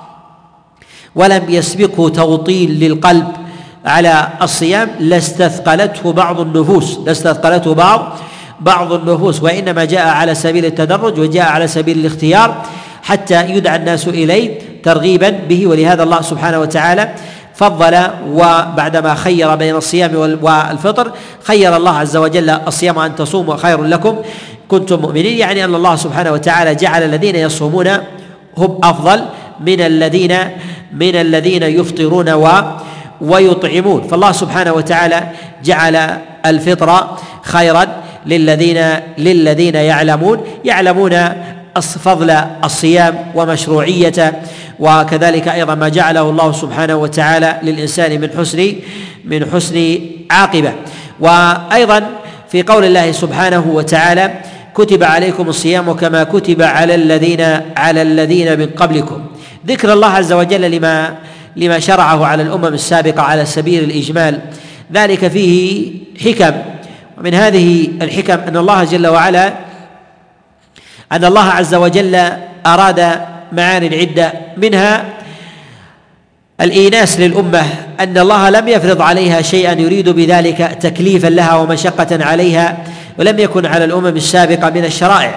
[SPEAKER 1] ولم يسبقه توطين للقلب على الصيام، لاستثقلته بعض النفوس لاستثقلته بعض بعض النفوس وإنما جاء على سبيل التدرج وجاء على سبيل الاختيار حتى يدعى الناس إليه ترغيبا به. ولهذا الله سبحانه وتعالى فضل، وبعدما خير بين الصيام والفطر خير الله عز وجل الصيام أن تصوموا خير لكم كنتم مؤمنين، يعني أن الله سبحانه وتعالى جعل الذين يصومون هم أفضل من الذين من الذين يفطرون و ويطعمون. فالله سبحانه وتعالى جعل الفطر خيرا للذين للذين يعلمون يعلمون فضل الصيام ومشروعيته، وكذلك أيضا ما جعله الله سبحانه وتعالى للإنسان من حسن من حسن عاقبة. وأيضا في قول الله سبحانه وتعالى: كتب عليكم الصيام كما كتب على الذين على الذين من قبلكم. ذكر الله عز وجل لما لما شرعه على الأمم السابقة على سبيل الإجمال، ذلك فيه حكم. ومن هذه الحكم أن الله جل وعلا أن الله عز وجل أراد معان عدة، منها الإيناس للأمة، أن الله لم يفرض عليها شيئا يريد بذلك تكليفا لها ومشقة عليها، ولم يكن على الأمم السابقة من الشرائع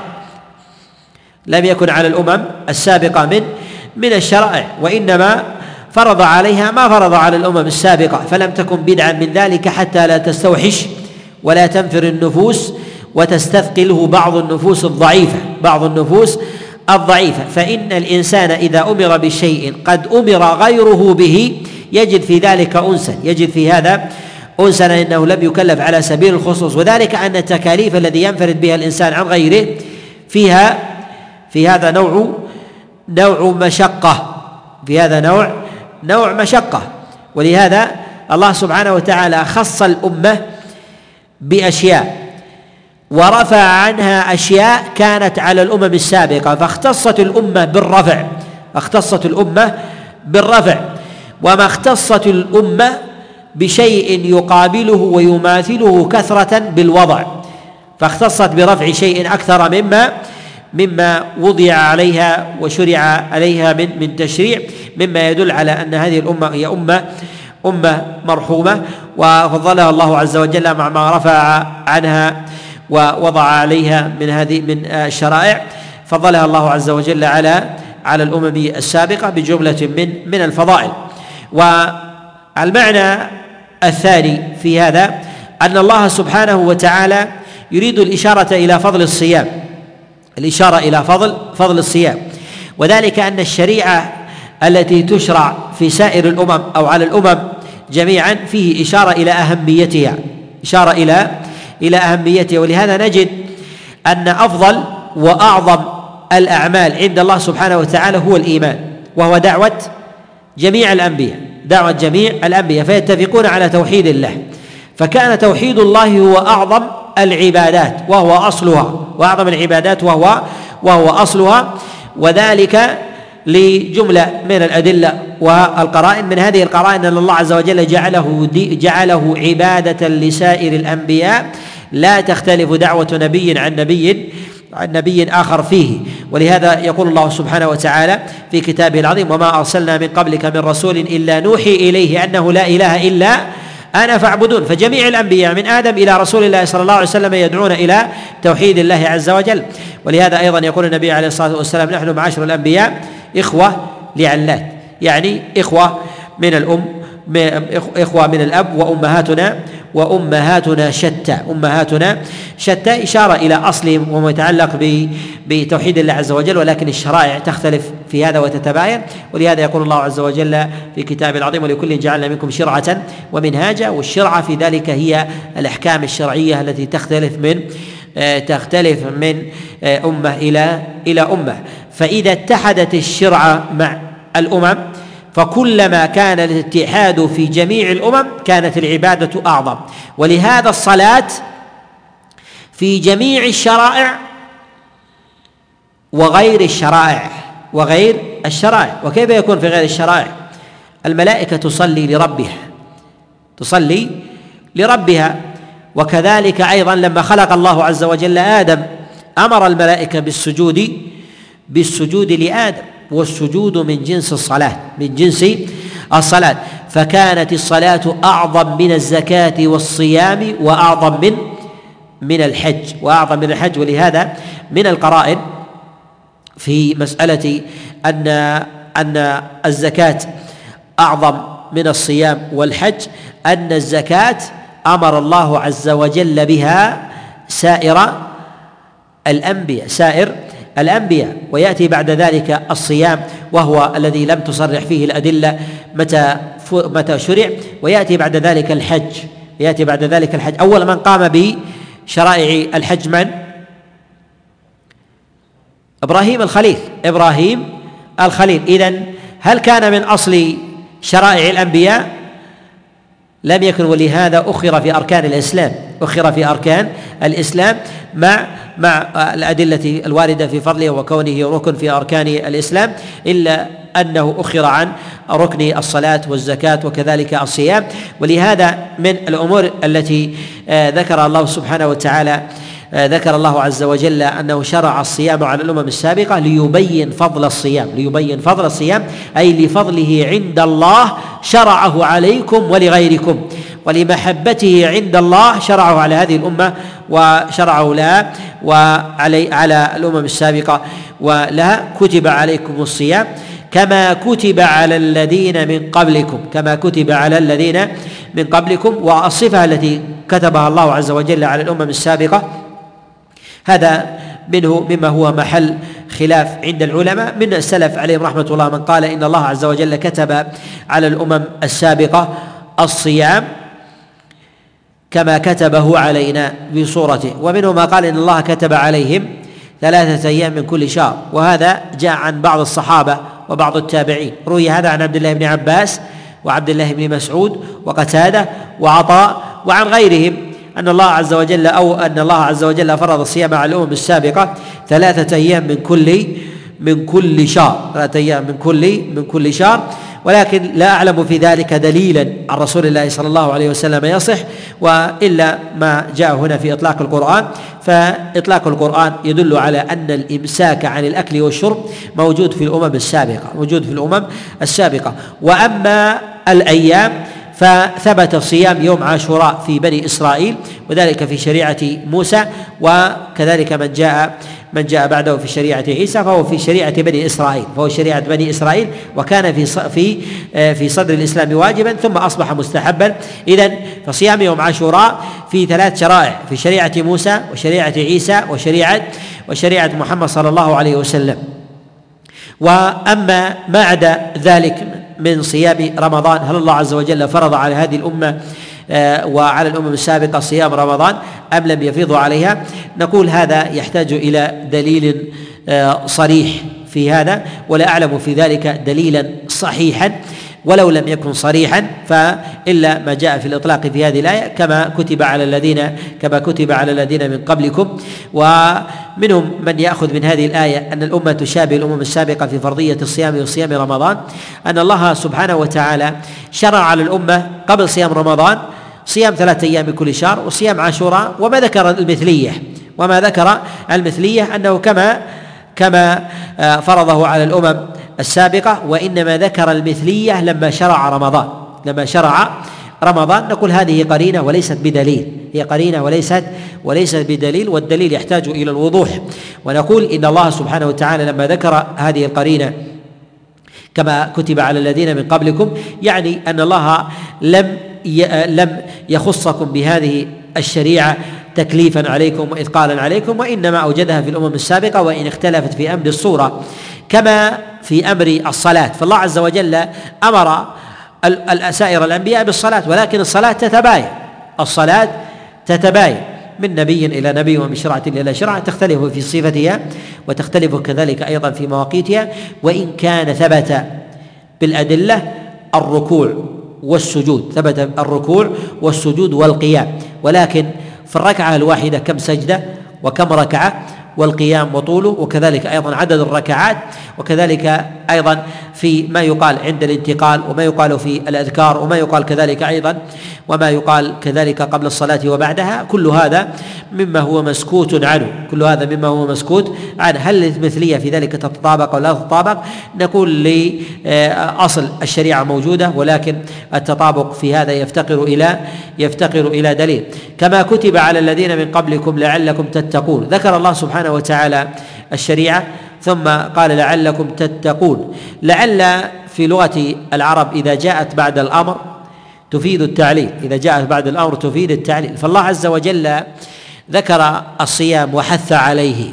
[SPEAKER 1] لم يكن على الأمم السابقة من من الشرائع وإنما فرض عليها ما فرض على الأمم السابقة، فلم تكن بدعا من ذلك حتى لا تستوحش ولا تنفر النفوس وتستثقله بعض النفوس الضعيفة بعض النفوس الضعيفة. فإن الإنسان إذا أمر بشيء قد أمر غيره به يجد في ذلك أنسا يجد في هذا أنسا إنه لم يكلف على سبيل الخصوص. وذلك أن التكاليف الذي ينفرد بها الإنسان عن غيره فيها في هذا نوع نوع مشقة في هذا نوع نوع مشقة ولهذا الله سبحانه وتعالى خص الأمة بأشياء ورفع عنها أشياء كانت على الأمم السابقة، فاختصت الأمة بالرفع اختصت الأمة بالرفع وما اختصت الأمة بشيء يقابله ويماثله كثرة بالوضع، فاختصت برفع شيء أكثر مما مما وضع عليها وشرع عليها من من تشريع، مما يدل على أن هذه الأمة هي أمة أمة مرحومة، وفضلها الله عز وجل مع ما رفع عنها ووضع عليها من هذه من الشرائع، فضلها الله عز وجل على على الأمم السابقة بجملة من من الفضائل. والمعنى الثاني في هذا أن الله سبحانه وتعالى يريد الإشارة إلى فضل الصيام الإشارة إلى فضل فضل الصيام وذلك أن الشريعة التي تشرع في سائر الأمم أو على الأمم جميعا فيه إشارة إلى أهميتها إشارة إلى إلى أهميتها ولهذا نجد أن أفضل وأعظم الأعمال عند الله سبحانه وتعالى هو الإيمان، وهو دعوة جميع الأنبياء دعوة جميع الأنبياء فيتفقون على توحيد الله، فكان توحيد الله هو أعظم العبادات وهو أصلها وأعظم العبادات وهو وهو أصلها. وذلك لجملة من الأدلة والقرائن. من هذه القرائن أن الله عز وجل جعله, جعله عبادة لسائر الأنبياء لا تختلف دعوة نبي عن نبي عن نبي آخر فيه. ولهذا يقول الله سبحانه وتعالى في كتابه العظيم: وما أرسلنا من قبلك من رسول إلا نوحي إليه أنه لا إله إلا أنا فاعبدون. فجميع الأنبياء من آدم إلى رسول الله صلى الله عليه وسلم يدعون إلى توحيد الله عز وجل. ولهذا أيضا يقول النبي عليه الصلاة والسلام: نحن معاشر الأنبياء إخوة لعلات، يعني إخوة من الأم، إخوة من الأب، وأمهاتنا وأمهاتنا شتى، أمهاتنا شتى، إشارة إلى أصلهم وما يتعلق بتوحيد الله عز وجل، ولكن الشرائع تختلف في هذا وتتباين. ولهذا يقول الله عز وجل في كتابه العظيم: ولكل جعلنا منكم شرعة ومنهاجا. والشرعة في ذلك هي الأحكام الشرعية التي تختلف من تختلف من أمة إلى إلى أمة. فإذا اتحدت الشرعة مع الأمم فكلما كان الاتحاد في جميع الأمم كانت العبادة أعظم. ولهذا الصلاة في جميع الشرائع وغير الشرائع وغير الشرائع. وكيف يكون في غير الشرائع؟ الملائكة تصلي لربها تصلي لربها وكذلك أيضا لما خلق الله عز وجل آدم أمر الملائكة بالسجود بالسجود لآدم، والسجود من جنس الصلاة من جنس الصلاة فكانت الصلاة أعظم من الزكاة والصيام وأعظم من من الحج وأعظم من الحج. ولهذا من القرائن في مسألة أن أن الزكاة أعظم من الصيام والحج أن الزكاة أمر الله عز وجل بها سائر الأنبياء سائر الأنبياء ويأتي بعد ذلك الصيام وهو الذي لم تصرح فيه الأدلة متى متى شرع، ويأتي بعد ذلك الحج يأتي بعد ذلك الحج أول من قام بشرائع الحج من؟ إبراهيم الخليل إبراهيم الخليل إذن هل كان من أصل شرائع الأنبياء؟ لم يكن، ولهذا أخر في أركان الإسلام أخر في أركان الإسلام مع مع الأدلة الواردة في فضله وكونه ركن في أركان الإسلام، إلا أنه أخر عن ركن الصلاة والزكاة وكذلك الصيام. ولهذا من الأمور التي ذكر الله سبحانه وتعالى ذكر الله عز وجل أنه شرع الصيام على الأمم السابقة ليبين فضل الصيام ليبين فضل الصيام أي لفضله عند الله شرعه عليكم ولغيركم، ولمحبته عند الله شرعه على هذه الأمة وشرعه لها وعلى على الأمم السابقة ولها. كتب عليكم الصيام كما كتب على الذين من قبلكم كما كتب على الذين من قبلكم. والصفة التي كتبها الله عز وجل على الأمم السابقة هذا منه مما هو محل خلاف عند العلماء من السلف عليهم رحمة الله، من قال إن الله عز وجل كتب على الأمم السابقة الصيام كما كتبه علينا بصورته، ومنهم ما قال إن الله كتب عليهم ثلاثة أيام من كل شهر، وهذا جاء عن بعض الصحابة وبعض التابعين. روي هذا عن عبد الله بن عباس وعبد الله بن مسعود وقتادة وعطاء وعن غيرهم أن الله عز وجل أو أن الله عز وجل فرض الصيام على الأمم السابقة ثلاثة أيام من كل من كل شهر ثلاثة أيام من كل من كل شهر، ولكن لا أعلم في ذلك دليلا عن رسول الله صلى الله عليه وسلم يصح، وإلا ما جاء هنا في إطلاق القرآن. فإطلاق القرآن يدل على أن الإمساك عن الأكل والشرب موجود في الأمم السابقة موجود في الأمم السابقة وأما الأيام فثبت صيام يوم عاشوراء في بني إسرائيل وذلك في شريعة موسى، وكذلك من جاء من جاء بعده في شريعة عيسى فهو في شريعة بني إسرائيل فهو شريعة بني إسرائيل وكان في في في صدر الإسلام واجبا ثم أصبح مستحبا. إذن فصيام يوم عاشوراء في ثلاث شرائع في شريعة موسى وشريعة عيسى وشريعة وشريعة محمد صلى الله عليه وسلم. وأما ما عدا ذلك من صيام رمضان هل الله عز وجل فرض على هذه الأمة وعلى الأمم السابقة صيام رمضان أم لم يفرض عليها؟ نقول هذا يحتاج إلى دليل صريح في هذا، ولا أعلم في ذلك دليلا صحيحا ولو لم يكن صريحا فإلا ما جاء في الإطلاق في هذه الآية كما كتب على الذين كما كتب على الذين من قبلكم. ومن منهم من يأخذ من هذه الآية أن الأمة تشابه الأمم السابقة في فرضية الصيام وصيام رمضان، أن الله سبحانه وتعالى شرع على الأمة قبل صيام رمضان صيام ثلاثة أيام من كل شهر وصيام عاشوراء، وما ذكر المثلية وما ذكر المثلية أنه كما كما فرضه على الأمم السابقة، وإنما ذكر المثلية لما شرع رمضان لما شرع رمضان. نقول هذه قرينة وليست بدليل، هي قرينة وليست وليست بدليل، والدليل يحتاج إلى الوضوح. ونقول إن الله سبحانه وتعالى لما ذكر هذه القرينة كما كتب على الذين من قبلكم، يعني أن الله لم لم يخصكم بهذه الشريعة تكليفا عليكم وإثقالا عليكم، وإنما أوجدها في الأمم السابقة وإن اختلفت في أمر الصورة، كما في أمر الصلاة. فالله عز وجل أمر سائر الأنبياء بالصلاة، ولكن الصلاة تتباين الصلاة تتباين من نبي إلى نبي ومن شرعة إلى شرعة، تختلف في صفتها وتختلف كذلك أيضا في مواقيتها، وإن كان ثبت بالأدلة الركوع والسجود، ثبت الركوع والسجود والقيام، ولكن في الركعة الواحدة كم سجدة وكم ركعة، والقيام وطوله، وكذلك أيضا عدد الركعات، وكذلك أيضا في ما يقال عند الانتقال، وما يقال في الأذكار، وما يقال كذلك أيضا وما يقال كذلك قبل الصلاة وبعدها. كل هذا مما هو مسكوت عنه كل هذا مما هو مسكوت عنه. هل المثلية في ذلك تتطابق ولا تتطابق؟ نقول لأصل الشريعة موجودة، ولكن التطابق في هذا يفتقر إلى يفتقر إلى دليل. كما كتب على الذين من قبلكم لعلكم تتقون، ذكر الله سبحانه وتعالى الشريعة ثم قال لعلكم تتقون. لعل في لغة العرب إذا جاءت بعد الأمر تفيد التعليل إذا جاءت بعد الأمر تفيد التعليل فالله عز وجل ذكر الصيام وحث عليه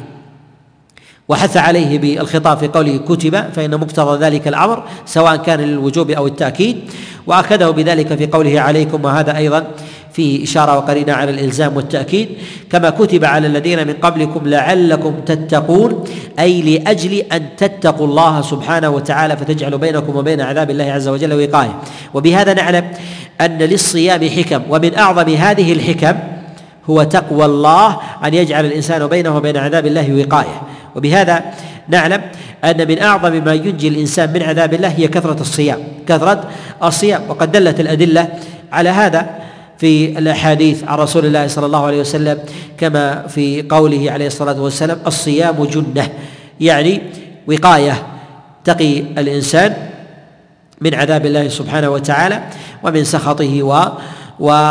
[SPEAKER 1] وحث عليه بالخطاب في قوله كتب، فإن مقتضى ذلك الأمر سواء كان للوجوب أو التأكيد، وأكده بذلك في قوله عليكم، وهذا أيضا فيه إشارة وقرينة على الإلزام والتأكيد. كما كتب على الذين من قبلكم لعلكم تتقون، أي لأجل أن تتقوا الله سبحانه وتعالى فتجعلوا بينكم وبين عذاب الله عز وجل وقاية. وبهذا نعلم أن للصيام حكم، ومن أعظم هذه الحكم هو تقوى الله، أن يجعل الإنسان بينه وبين عذاب الله وقاية. وبهذا نعلم أن من أعظم ما ينجي الإنسان من عذاب الله هي كثرة الصيام كثرة الصيام وقد دلت الأدلة على هذا في الأحاديث عن رسول الله صلى الله عليه وسلم، كما في قوله عليه الصلاة والسلام الصيام جنة، يعني وقاية تقي الإنسان من عذاب الله سبحانه وتعالى ومن سخطه و و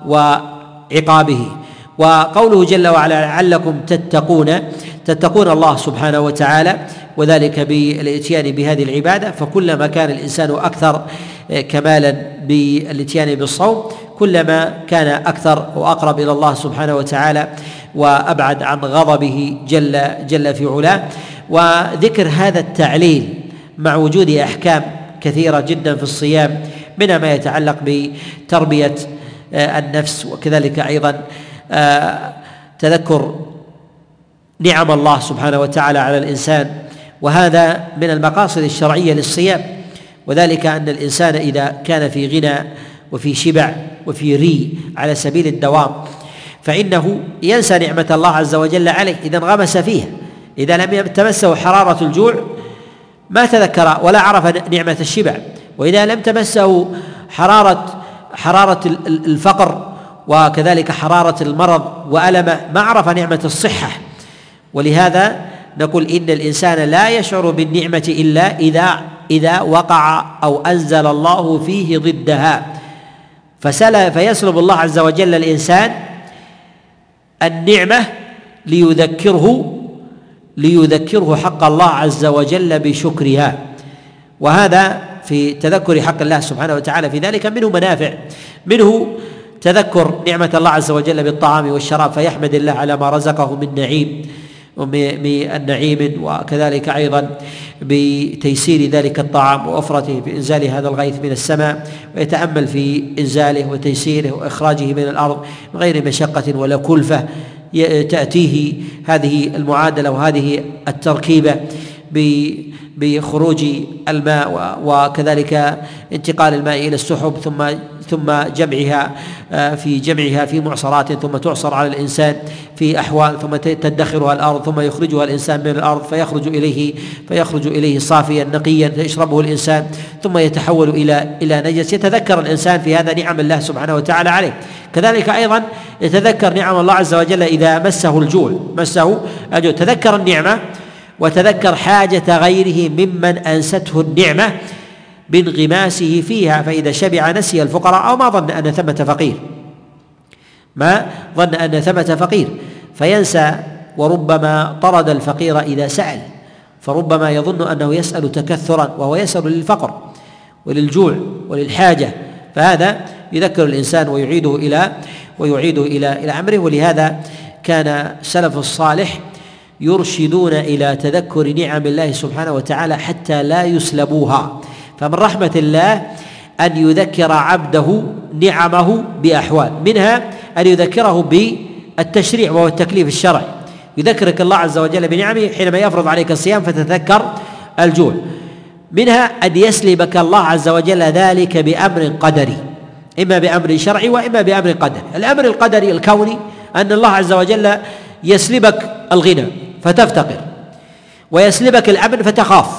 [SPEAKER 1] وعقابه. وقوله جل وعلا لعلكم تتقون تتقون الله سبحانه وتعالى، وذلك بالاتيان بهذه العبادة، فكلما كان الإنسان أكثر كمالا بالاتيان بالصوم كلما كان أكثر وأقرب إلى الله سبحانه وتعالى وأبعد عن غضبه جل جل في علاه. وذكر هذا التعليل مع وجود أحكام كثيرة جدا في الصيام، منها ما يتعلق بتربية النفس، وكذلك أيضا تذكر نعم الله سبحانه وتعالى على الإنسان، وهذا من المقاصد الشرعية للصيام، وذلك أن الإنسان إذا كان في غنى وفي شبع وفي ري على سبيل الدوام فإنه ينسى نعمة الله عز وجل عليه إذا انغمس فيها. إذا لم تمسه حرارة الجوع ما تذكر ولا عرف نعمة الشبع، وإذا لم تمسه حرارة حرارة الفقر وكذلك حرارة المرض وألمه ما عرف نعمة الصحة. ولهذا نقول إن الإنسان لا يشعر بالنعمة إلا إذا إذا وقع أو أنزل الله فيه ضدها، فيسلب الله عز وجل الإنسان النعمة ليذكره ليذكره حق الله عز وجل بشكرها. وهذا في تذكر حق الله سبحانه وتعالى في ذلك منه منافع، منه تذكر نعمة الله عز وجل بالطعام والشراب فيحمد الله على ما رزقه من نعيم من النعيم، وكذلك أيضا بتيسير ذلك الطعام ووفرته بإنزال هذا الغيث من السماء، ويتأمل في إنزاله وتيسيره وإخراجه من الأرض من غير مشقة ولا كلفة تأتيه هذه المعادلة وهذه التركيبة بخروج الماء وكذلك انتقال الماء إلى السحب ثم ثم جمعها في جمعها في معصرات ثم تعصر على الإنسان في أحوال ثم تدخرها الأرض ثم يخرجها الإنسان من الأرض فيخرج إليه فيخرج إليه صافيا نقيا فيشربه الإنسان ثم يتحول إلى إلى نجس. يتذكر الإنسان في هذا نعم الله سبحانه وتعالى عليه. كذلك أيضا يتذكر نعم الله عز وجل إذا مسه الجوع مسه الجوع تذكر النعمة وتذكر حاجة غيره ممن أنسته النعمة بانغماسه فيها، فإذا شبع نسي الفقراء أو ما ظن أن ثمة فقير ما ظن أن ثمة فقير فينسى، وربما طرد الفقير إذا سأل، فربما يظن أنه يسأل تكثرا وهو يسأل للفقر وللجوع وللحاجة، فهذا يذكر الإنسان ويعيده إلى ويعيده إلى إلى أمره. ولهذا كان السلف الصالح يرشدون إلى تذكر نعم الله سبحانه وتعالى حتى لا يسلبوها. فمن رحمة الله أن يذكر عبده نعمه بأحوال، منها أن يذكره بالتشريع وهو التكليف الشرعي، يذكرك الله عز وجل بنعمه حينما يفرض عليك الصيام فتتذكر الجوع، منها أن يسلبك الله عز وجل ذلك بأمر قدري، إما بأمر شرعي وإما بأمر قدري. الأمر القدري الكوني أن الله عز وجل يسلبك الغنى فتفتقر، ويسلبك الأمن فتخاف،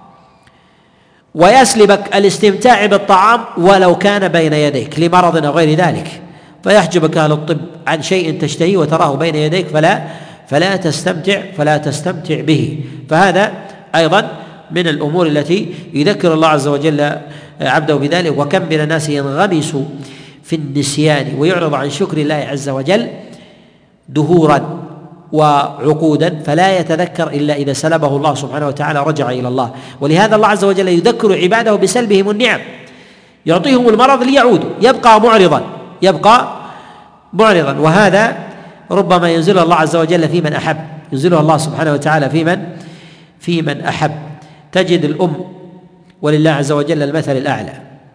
[SPEAKER 1] ويسلبك الاستمتاع بالطعام ولو كان بين يديك لمرض أو غير ذلك، فيحجبك أهل الطب عن شيء تشتهيه وتراه بين يديك فلا فلا تستمتع فلا تستمتع به. فهذا أيضا من الأمور التي يذكر الله عز وجل عبده بذلك. وكم من الناس ينغمس في النسيان ويعرض عن شكر الله عز وجل دهورا وعقودا فلا يتذكر إلا إذا سلبه الله سبحانه وتعالى رجع إلى الله. ولهذا الله عز وجل يذكر عباده بسلبهم النعم، يعطيهم المرض ليعودوا، يبقى معرضا يبقى معرضا وهذا ربما ينزله الله عز وجل في من أحب، ينزله الله سبحانه وتعالى في من في من أحب. تجد الأم ولله عز وجل المثل الأعلى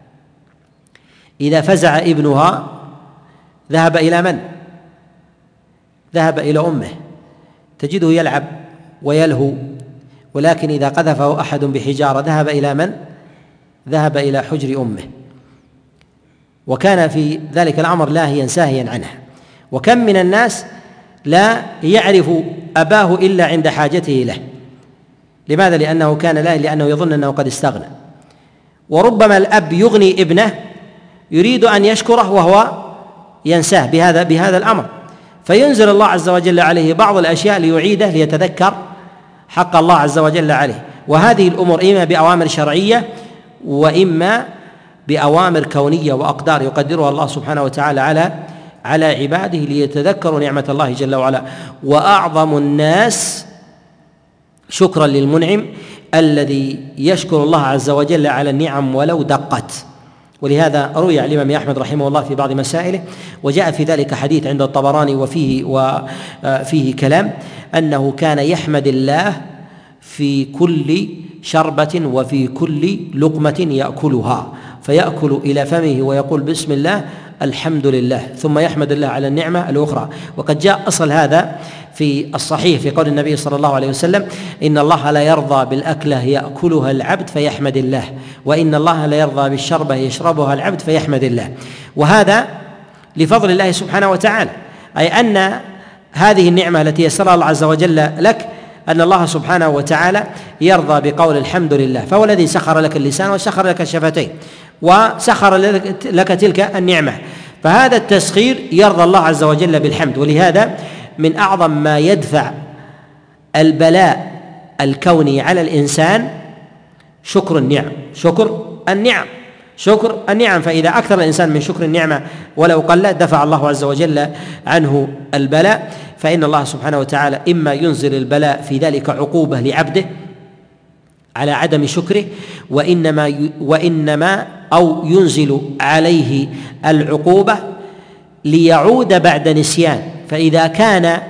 [SPEAKER 1] إذا فزع ابنها ذهب إلى من؟ ذهب إلى أمه، تجده يلعب ويلهو، ولكن إذا قذفه أحد بحجارة ذهب إلى من؟ ذهب إلى حجر أمه، وكان في ذلك الأمر لاهيا ساهيا عنه. وكم من الناس لا يعرف أباه إلا عند حاجته له. لماذا؟ لأنه كان لاهي، لأنه يظن أنه قد استغنى. وربما الأب يغني ابنه يريد أن يشكره وهو ينساه بهذا بهذا الأمر، فينزل الله عز وجل عليه بعض الأشياء ليعيده ليتذكر حق الله عز وجل عليه. وهذه الأمور إما بأوامر شرعية وإما بأوامر كونية وأقدار يقدرها الله سبحانه وتعالى على على عباده ليتذكروا نعمة الله جل وعلا. وأعظم الناس شكرا للمنعم الذي يشكر الله عز وجل على النعم ولو دقت. ولهذا روي عن الإمام أحمد رحمه الله في بعض مسائله، وجاء في ذلك حديث عند الطبراني وفيه وفيه كلام، أنه كان يحمد الله في كل شربة وفي كل لقمة يأكلها، فيأكل إلى فمه ويقول بسم الله الحمد لله، ثم يحمد الله على النعمة الأخرى. وقد جاء أصل هذا في الصحيح في قول النبي صلى الله عليه وسلم: إن الله لا يرضى بالأكلة يأكلها العبد فيحمد الله، وإن الله لا يرضى بالشربة يشربها العبد فيحمد الله. وهذا لفضل الله سبحانه وتعالى، أي أن هذه النعمة التي يسرها الله عز وجل لك أن الله سبحانه وتعالى يرضى بقول الحمد لله، فهو الذي سخر لك اللسان وسخر لك الشفتين وسخر لك تلك النعمة، فهذا التسخير يرضى الله عز وجل بالحمد. ولهذا من أعظم ما يدفع البلاء الكوني على الإنسان شكر النعم شكر النعم شكر النعم فإذا أكثر الإنسان من شكر النعمة ولو قل دفع الله عز وجل عنه البلاء. فإن الله سبحانه وتعالى إما ينزل البلاء في ذلك عقوبة لعبده على عدم شكره، وإنما وإنما أو ينزل عليه العقوبة ليعود بعد نسيان. فإذا كان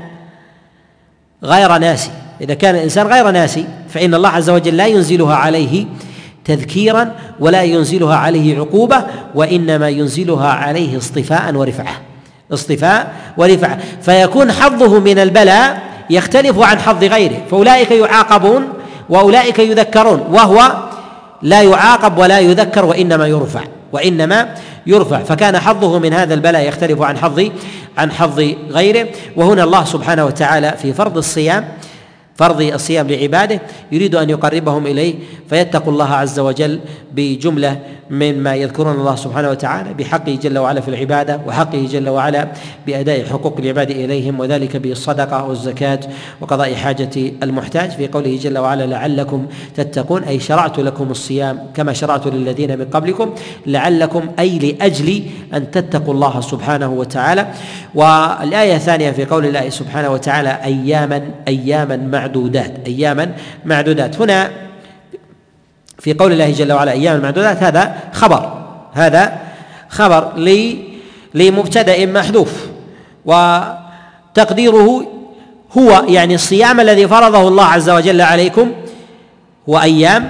[SPEAKER 1] غير ناسي إذا كان الإنسان غير ناسي فإن الله عز وجل لا ينزلها عليه تذكيرا ولا ينزلها عليه عقوبة، وإنما ينزلها عليه اصطفاء ورفعة اصطفاء ورفعة فيكون حظه من البلاء يختلف عن حظ غيره، فأولئك يعاقبون وأولئك يذكرون، وهو لا يعاقب ولا يذكر وإنما يرفع وإنما يرفع، فكان حظه من هذا البلاء يختلف عن حظ عن حظ غيره. وهنا الله سبحانه وتعالى في فرض الصيام فرض الصيام لعباده يريد أن يقربهم إليه، فيتقوا الله عز وجل بجملة مما يذكرون الله سبحانه وتعالى بحقه جل وعلا في العبادة، وحقه جل وعلا بأداء حقوق العباد إليهم، وذلك بالصدقة والزكاة وقضاء حاجة المحتاج، في قوله جل وعلا لعلكم تتقون، أي شرعت لكم الصيام كما شرعت للذين من قبلكم، لعلكم أي لأجل أن تتقوا الله سبحانه وتعالى. والآية الثانية في قول الله سبحانه وتعالى أياما أياما معدودات أياما معدودات هنا في قول الله جل وعلا أياما معدودات، هذا خبر هذا خبر لمبتدأ محذوف، وتقديره هو يعني الصيام الذي فرضه الله عز وجل عليكم هو أيام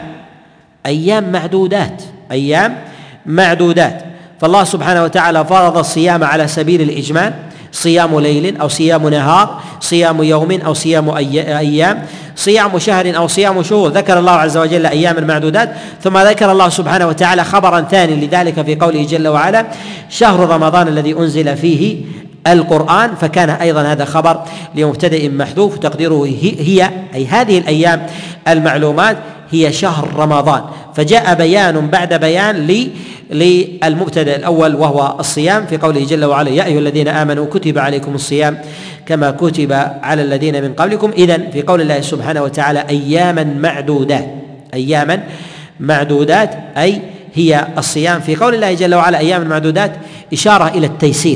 [SPEAKER 1] أيام معدودات أيام معدودات فالله سبحانه وتعالى فرض الصيام على سبيل الإجمال، صيام ليل أو صيام نهار، صيام يوم أو صيام أيام، صيام شهر أو صيام شهور. ذكر الله عز وجل أيام معدودات، ثم ذكر الله سبحانه وتعالى خبرا ثاني لذلك في قوله جل وعلا شهر رمضان الذي أنزل فيه القرآن، فكان أيضا هذا خبر لمبتدأ محذوف، تقديره هي أي هذه الأيام المعلومات هي شهر رمضان، فجاء بيان بعد بيان لي للمبتدأ الأول وهو الصيام في قوله جل وعلا يا أيها الذين آمنوا كتب عليكم الصيام كما كتب على الذين من قبلكم. إذن في قول الله سبحانه وتعالى أياما معدودات أياما معدودات أي هي الصيام. في قول الله جل وعلا أياما معدودات إشارة إلى التيسير،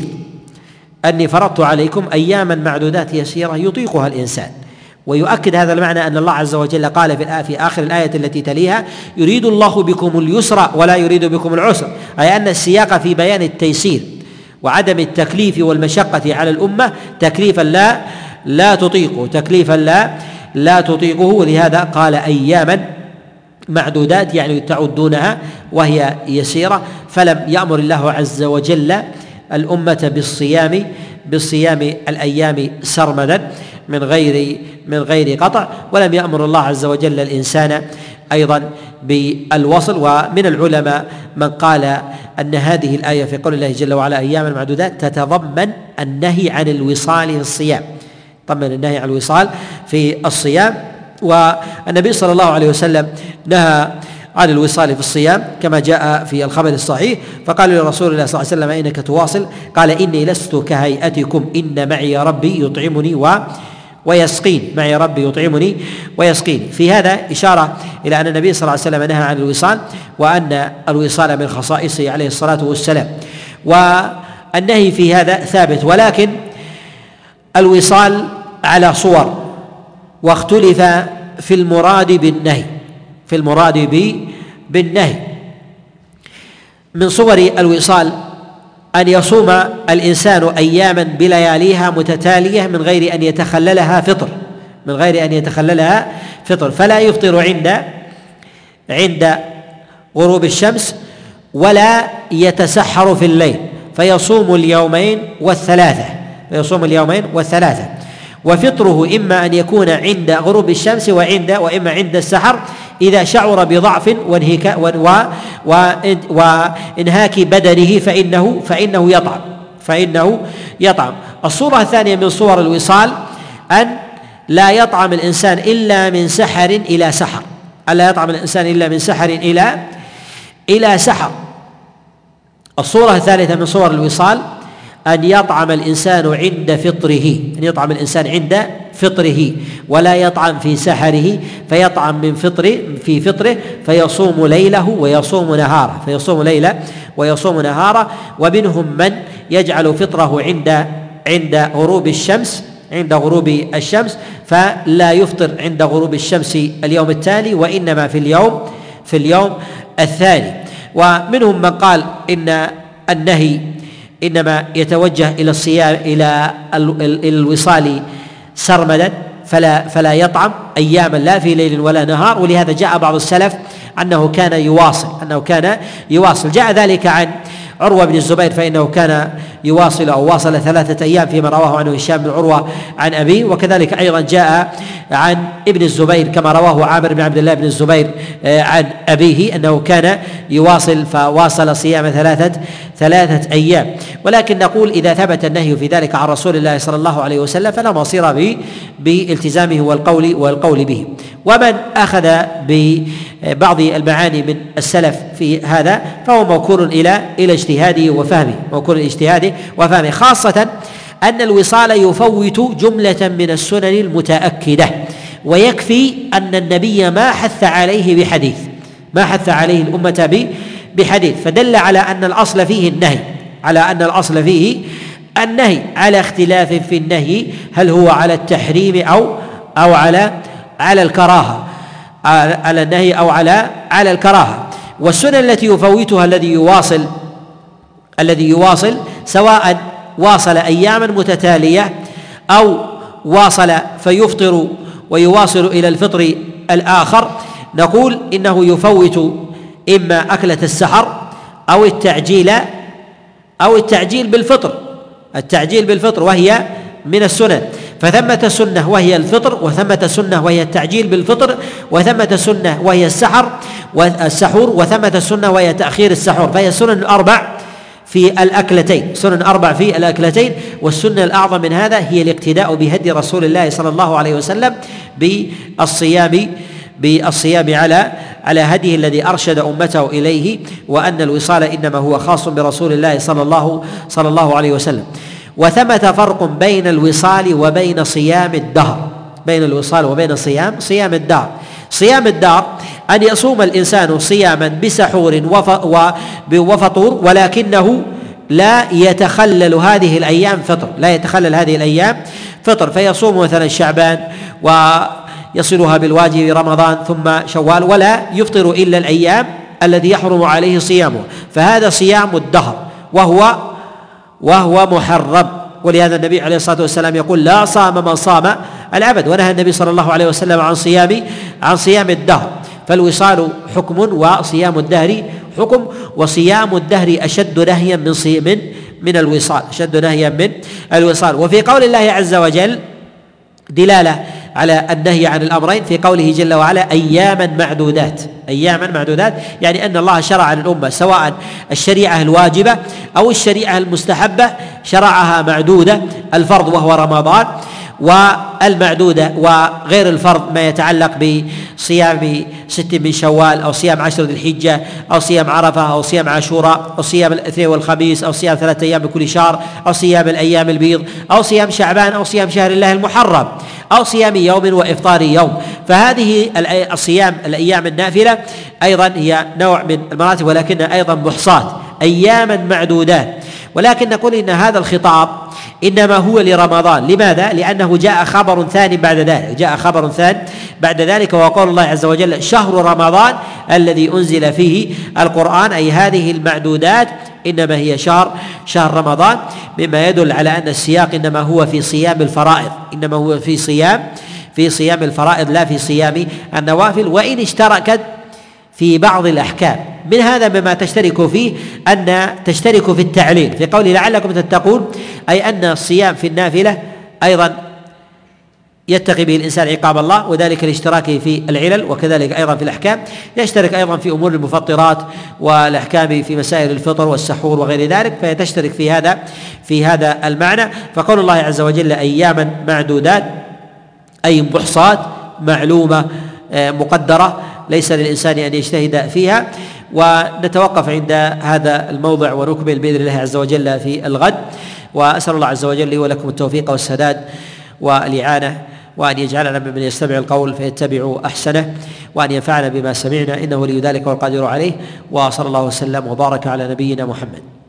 [SPEAKER 1] أني فرضت عليكم أياما معدودات يسيرة يطيقها الإنسان، ويؤكد هذا المعنى أن الله عز وجل قال في, في آخر الآية التي تليها يريد الله بكم اليسر ولا يريد بكم العسر، أي أن السياق في بيان التيسير وعدم التكليف والمشقة على الأمة تكليفا لا لا تطيقه تكليفا لا لا تطيقه ولهذا قال أياما معدودات يعني تعدونها وهي يسيرة. فلم يأمر الله عز وجل الأمة بالصيام بالصيام الأيام سرمدا من غير من غير قطع، ولم يأمر الله عز وجل الإنسان أيضا بالوصل. ومن العلماء من قال أن هذه الآية في قول الله جل وعلا أياما معدودات تتضمن النهي عن الوصال في الصيام، تضمن النهي عن الوصال في الصيام. والنبي صلى الله عليه وسلم نهى عن الوصال في الصيام كما جاء في الخبر الصحيح، فقال لرسول الله صلى الله عليه وسلم إنك تواصل؟ قال إني لست كهيئتكم إن معي ربي يطعمني و ويسقين معي ربي يطعمني ويسقيني. في هذا إشارة إلى أن النبي صلى الله عليه وسلم نهى عن الوصال، وأن الوصال من خصائصه عليه الصلاة والسلام، والنهي في هذا ثابت. ولكن الوصال على صور، واختلف في المراد بالنهي في المراد بالنهي من صور الوصال أن يصوم الإنسان أياما بلياليها متتالية من غير أن يتخللها فطر من غير أن يتخللها فطر فلا يفطر عند عند غروب الشمس ولا يتسحر في الليل، فيصوم اليومين والثلاثة فيصوم اليومين والثلاثة وفطره إما أن يكون عند غروب الشمس وعند وإما عند السحر إذا شعر بضعف وانهاك بدنه فإنه فإنه يطعم فإنه يطعم. الصورة الثانية من صور الوصال أن لا يطعم الإنسان إلا من سحر إلى سحر ألا يطعم الإنسان إلا من سحر إلى إلى سحر. الصورة الثالثة من صور الوصال أن يطعم الإنسان عند فطره أن يطعم الإنسان عند فطره ولا يطعم في سحره، فيطعم من فطره في فطره فيصوم ليله ويصوم نهاره فيصوم ليله ويصوم نهاره. ومنهم من يجعل فطره عند عند غروب الشمس عند غروب الشمس فلا يفطر عند غروب الشمس اليوم التالي وإنما في اليوم في اليوم الثاني. ومنهم من قال إن النهي إنما يتوجه إلى الصيام إلى الوصال سرمدا فلا فلا يطعم أياما لا في ليل ولا نهار، ولهذا جاء بعض السلف أنه كان يواصل أنه كان يواصل جاء ذلك عن عروة بن الزبير فإنه كان يواصل أو واصل ثلاثة أيام فيما رواه عنه هشام بن عروة عن أبيه. وكذلك أيضا جاء عن ابن الزبير كما رواه عامر بن عبد الله بن الزبير عن أبيه أنه كان يواصل فواصل صيام ثلاثة ثلاثة أيام. ولكن نقول إذا ثبت النهي في ذلك عن رسول الله صلى الله عليه وسلم فلا مصير به بالتزامه والقول والقول به. ومن أخذ ببعض المعاني من السلف في هذا فهو موكول إلى إلى اجتهاده وفهمه، موكول اجتهاده وفهمه، خاصة أن الوصال يفوت جملة من السنن المتأكدة، ويكفي أن النبي ما حث عليه بحديث، ما حث عليه الأمة بحديث، فدل على أن الأصل فيه النهي، على أن الأصل فيه النهي، على اختلاف في النهي هل هو على التحريم أو أو على على الكراهة، على النهي أو على على الكراهة. والسنن التي يفوتها الذي يواصل الذي يواصل سواء واصل أياما متتالية أو واصل فيفطر ويواصل إلى الفطر الآخر، نقول إنه يفوت إما أكلة السحر أو التعجيل أو التعجيل بالفطر، التعجيل بالفطر وهي من السنن، فثمة سنة وهي الفطر، وثمة سنة وهي التعجيل بالفطر، وثمة سنة وهي السحر والسحور، وثمة سنة وهي تأخير السحور، فهي السنن الأربع في الأكلتين، سنن أربع في الأكلتين. والسنة الأعظم من هذا هي الاقتداء بهدي رسول الله صلى الله عليه وسلم بالصيام بالصيام على على هديه الذي أرشد أمته إليه، وأن الوصال إنما هو خاص برسول الله صلى الله صلى الله عليه وسلم. وثمة فرق بين الوصال وبين صيام الدهر، بين الوصال وبين صيام صيام الدهر. صيام الدهر أن يصوم الإنسان صياما بسحور وفطور، ولكنه لا يتخلل هذه الأيام فطر، لا يتخلل هذه الأيام فطر، فيصوم مثلا شعبان ويصلها بالواجب رمضان ثم شوال، ولا يفطر إلا الأيام الذي يحرم عليه صيامه، فهذا صيام الدهر وهو وهو محرم. ولهذا النبي عليه الصلاة والسلام يقول لا صام من صام الأبد، ونهى النبي صلى الله عليه وسلم عن صيام عن صيام الدهر. فالوصال حكم وصيام الدهر حكم، وصيام الدهر أشد نهيا من صيام من الوصال، أشد نهيا من الوصال. وفي قول الله عز وجل دلالة على النهي عن الأمرين في قوله جل وعلا أياما معدودات، أياما معدودات يعني أن الله شرع للأمة سواء الشريعة الواجبة أو الشريعة المستحبة شرعها معدودة، الفرض وهو رمضان، والمعدودة وغير الفرض ما يتعلق بصيام ست من شوال أو صيام عشر ذي الحجة أو صيام عرفة أو صيام عاشوراء أو صيام الاثنين والخميس أو صيام ثلاثة أيام بكل شهر أو صيام الأيام البيض أو صيام شعبان أو صيام شهر الله المحرم أو صيام يوم وإفطار يوم. فهذه الصيام الأيام النافلة أيضا هي نوع من المراتب، ولكنها أيضا محصاة أياما معدودات. ولكن نقول إن هذا الخطاب إنما هو لرمضان. لماذا؟ لأنه جاء خبر ثاني بعد ذلك، جاء خبر ثاني بعد ذلك وهو قول الله عز وجل شهر رمضان الذي أنزل فيه القرآن، أي هذه المعدودات إنما هي شهر شهر رمضان، مما يدل على أن السياق إنما هو في صيام الفرائض، إنما هو في صيام في صيام الفرائض لا في صيام النوافل، وإن اشتركت في بعض الأحكام. من هذا بما تشترك فيه أن تشترك في التعليل في قوله لعلكم تتقون، أي أن الصيام في النافلة أيضا يتقي به الإنسان عقاب الله، وذلك لاشتراكه في العلل، وكذلك أيضا في الأحكام يشترك أيضا في أمور المفطرات والأحكام في مسائل الفطر والسحور وغير ذلك، فيتشترك في هذا في هذا المعنى. فقول الله عز وجل أياما معدودات أي محصات معلومة مقدرة ليس للإنسان أن يجتهد فيها. ونتوقف عند هذا الموضع ونكمل بإذن الله عز وجل في الغد، وأسأل الله عز وجل لي ولكم التوفيق والسداد والإعانة، وأن يجعلنا ممن يستمع القول فيتبع أحسنه، وأن ينفعنا بما سمعنا إنه لي ذلك والقادر عليه. وصلى الله وسلم وبارك على نبينا محمد.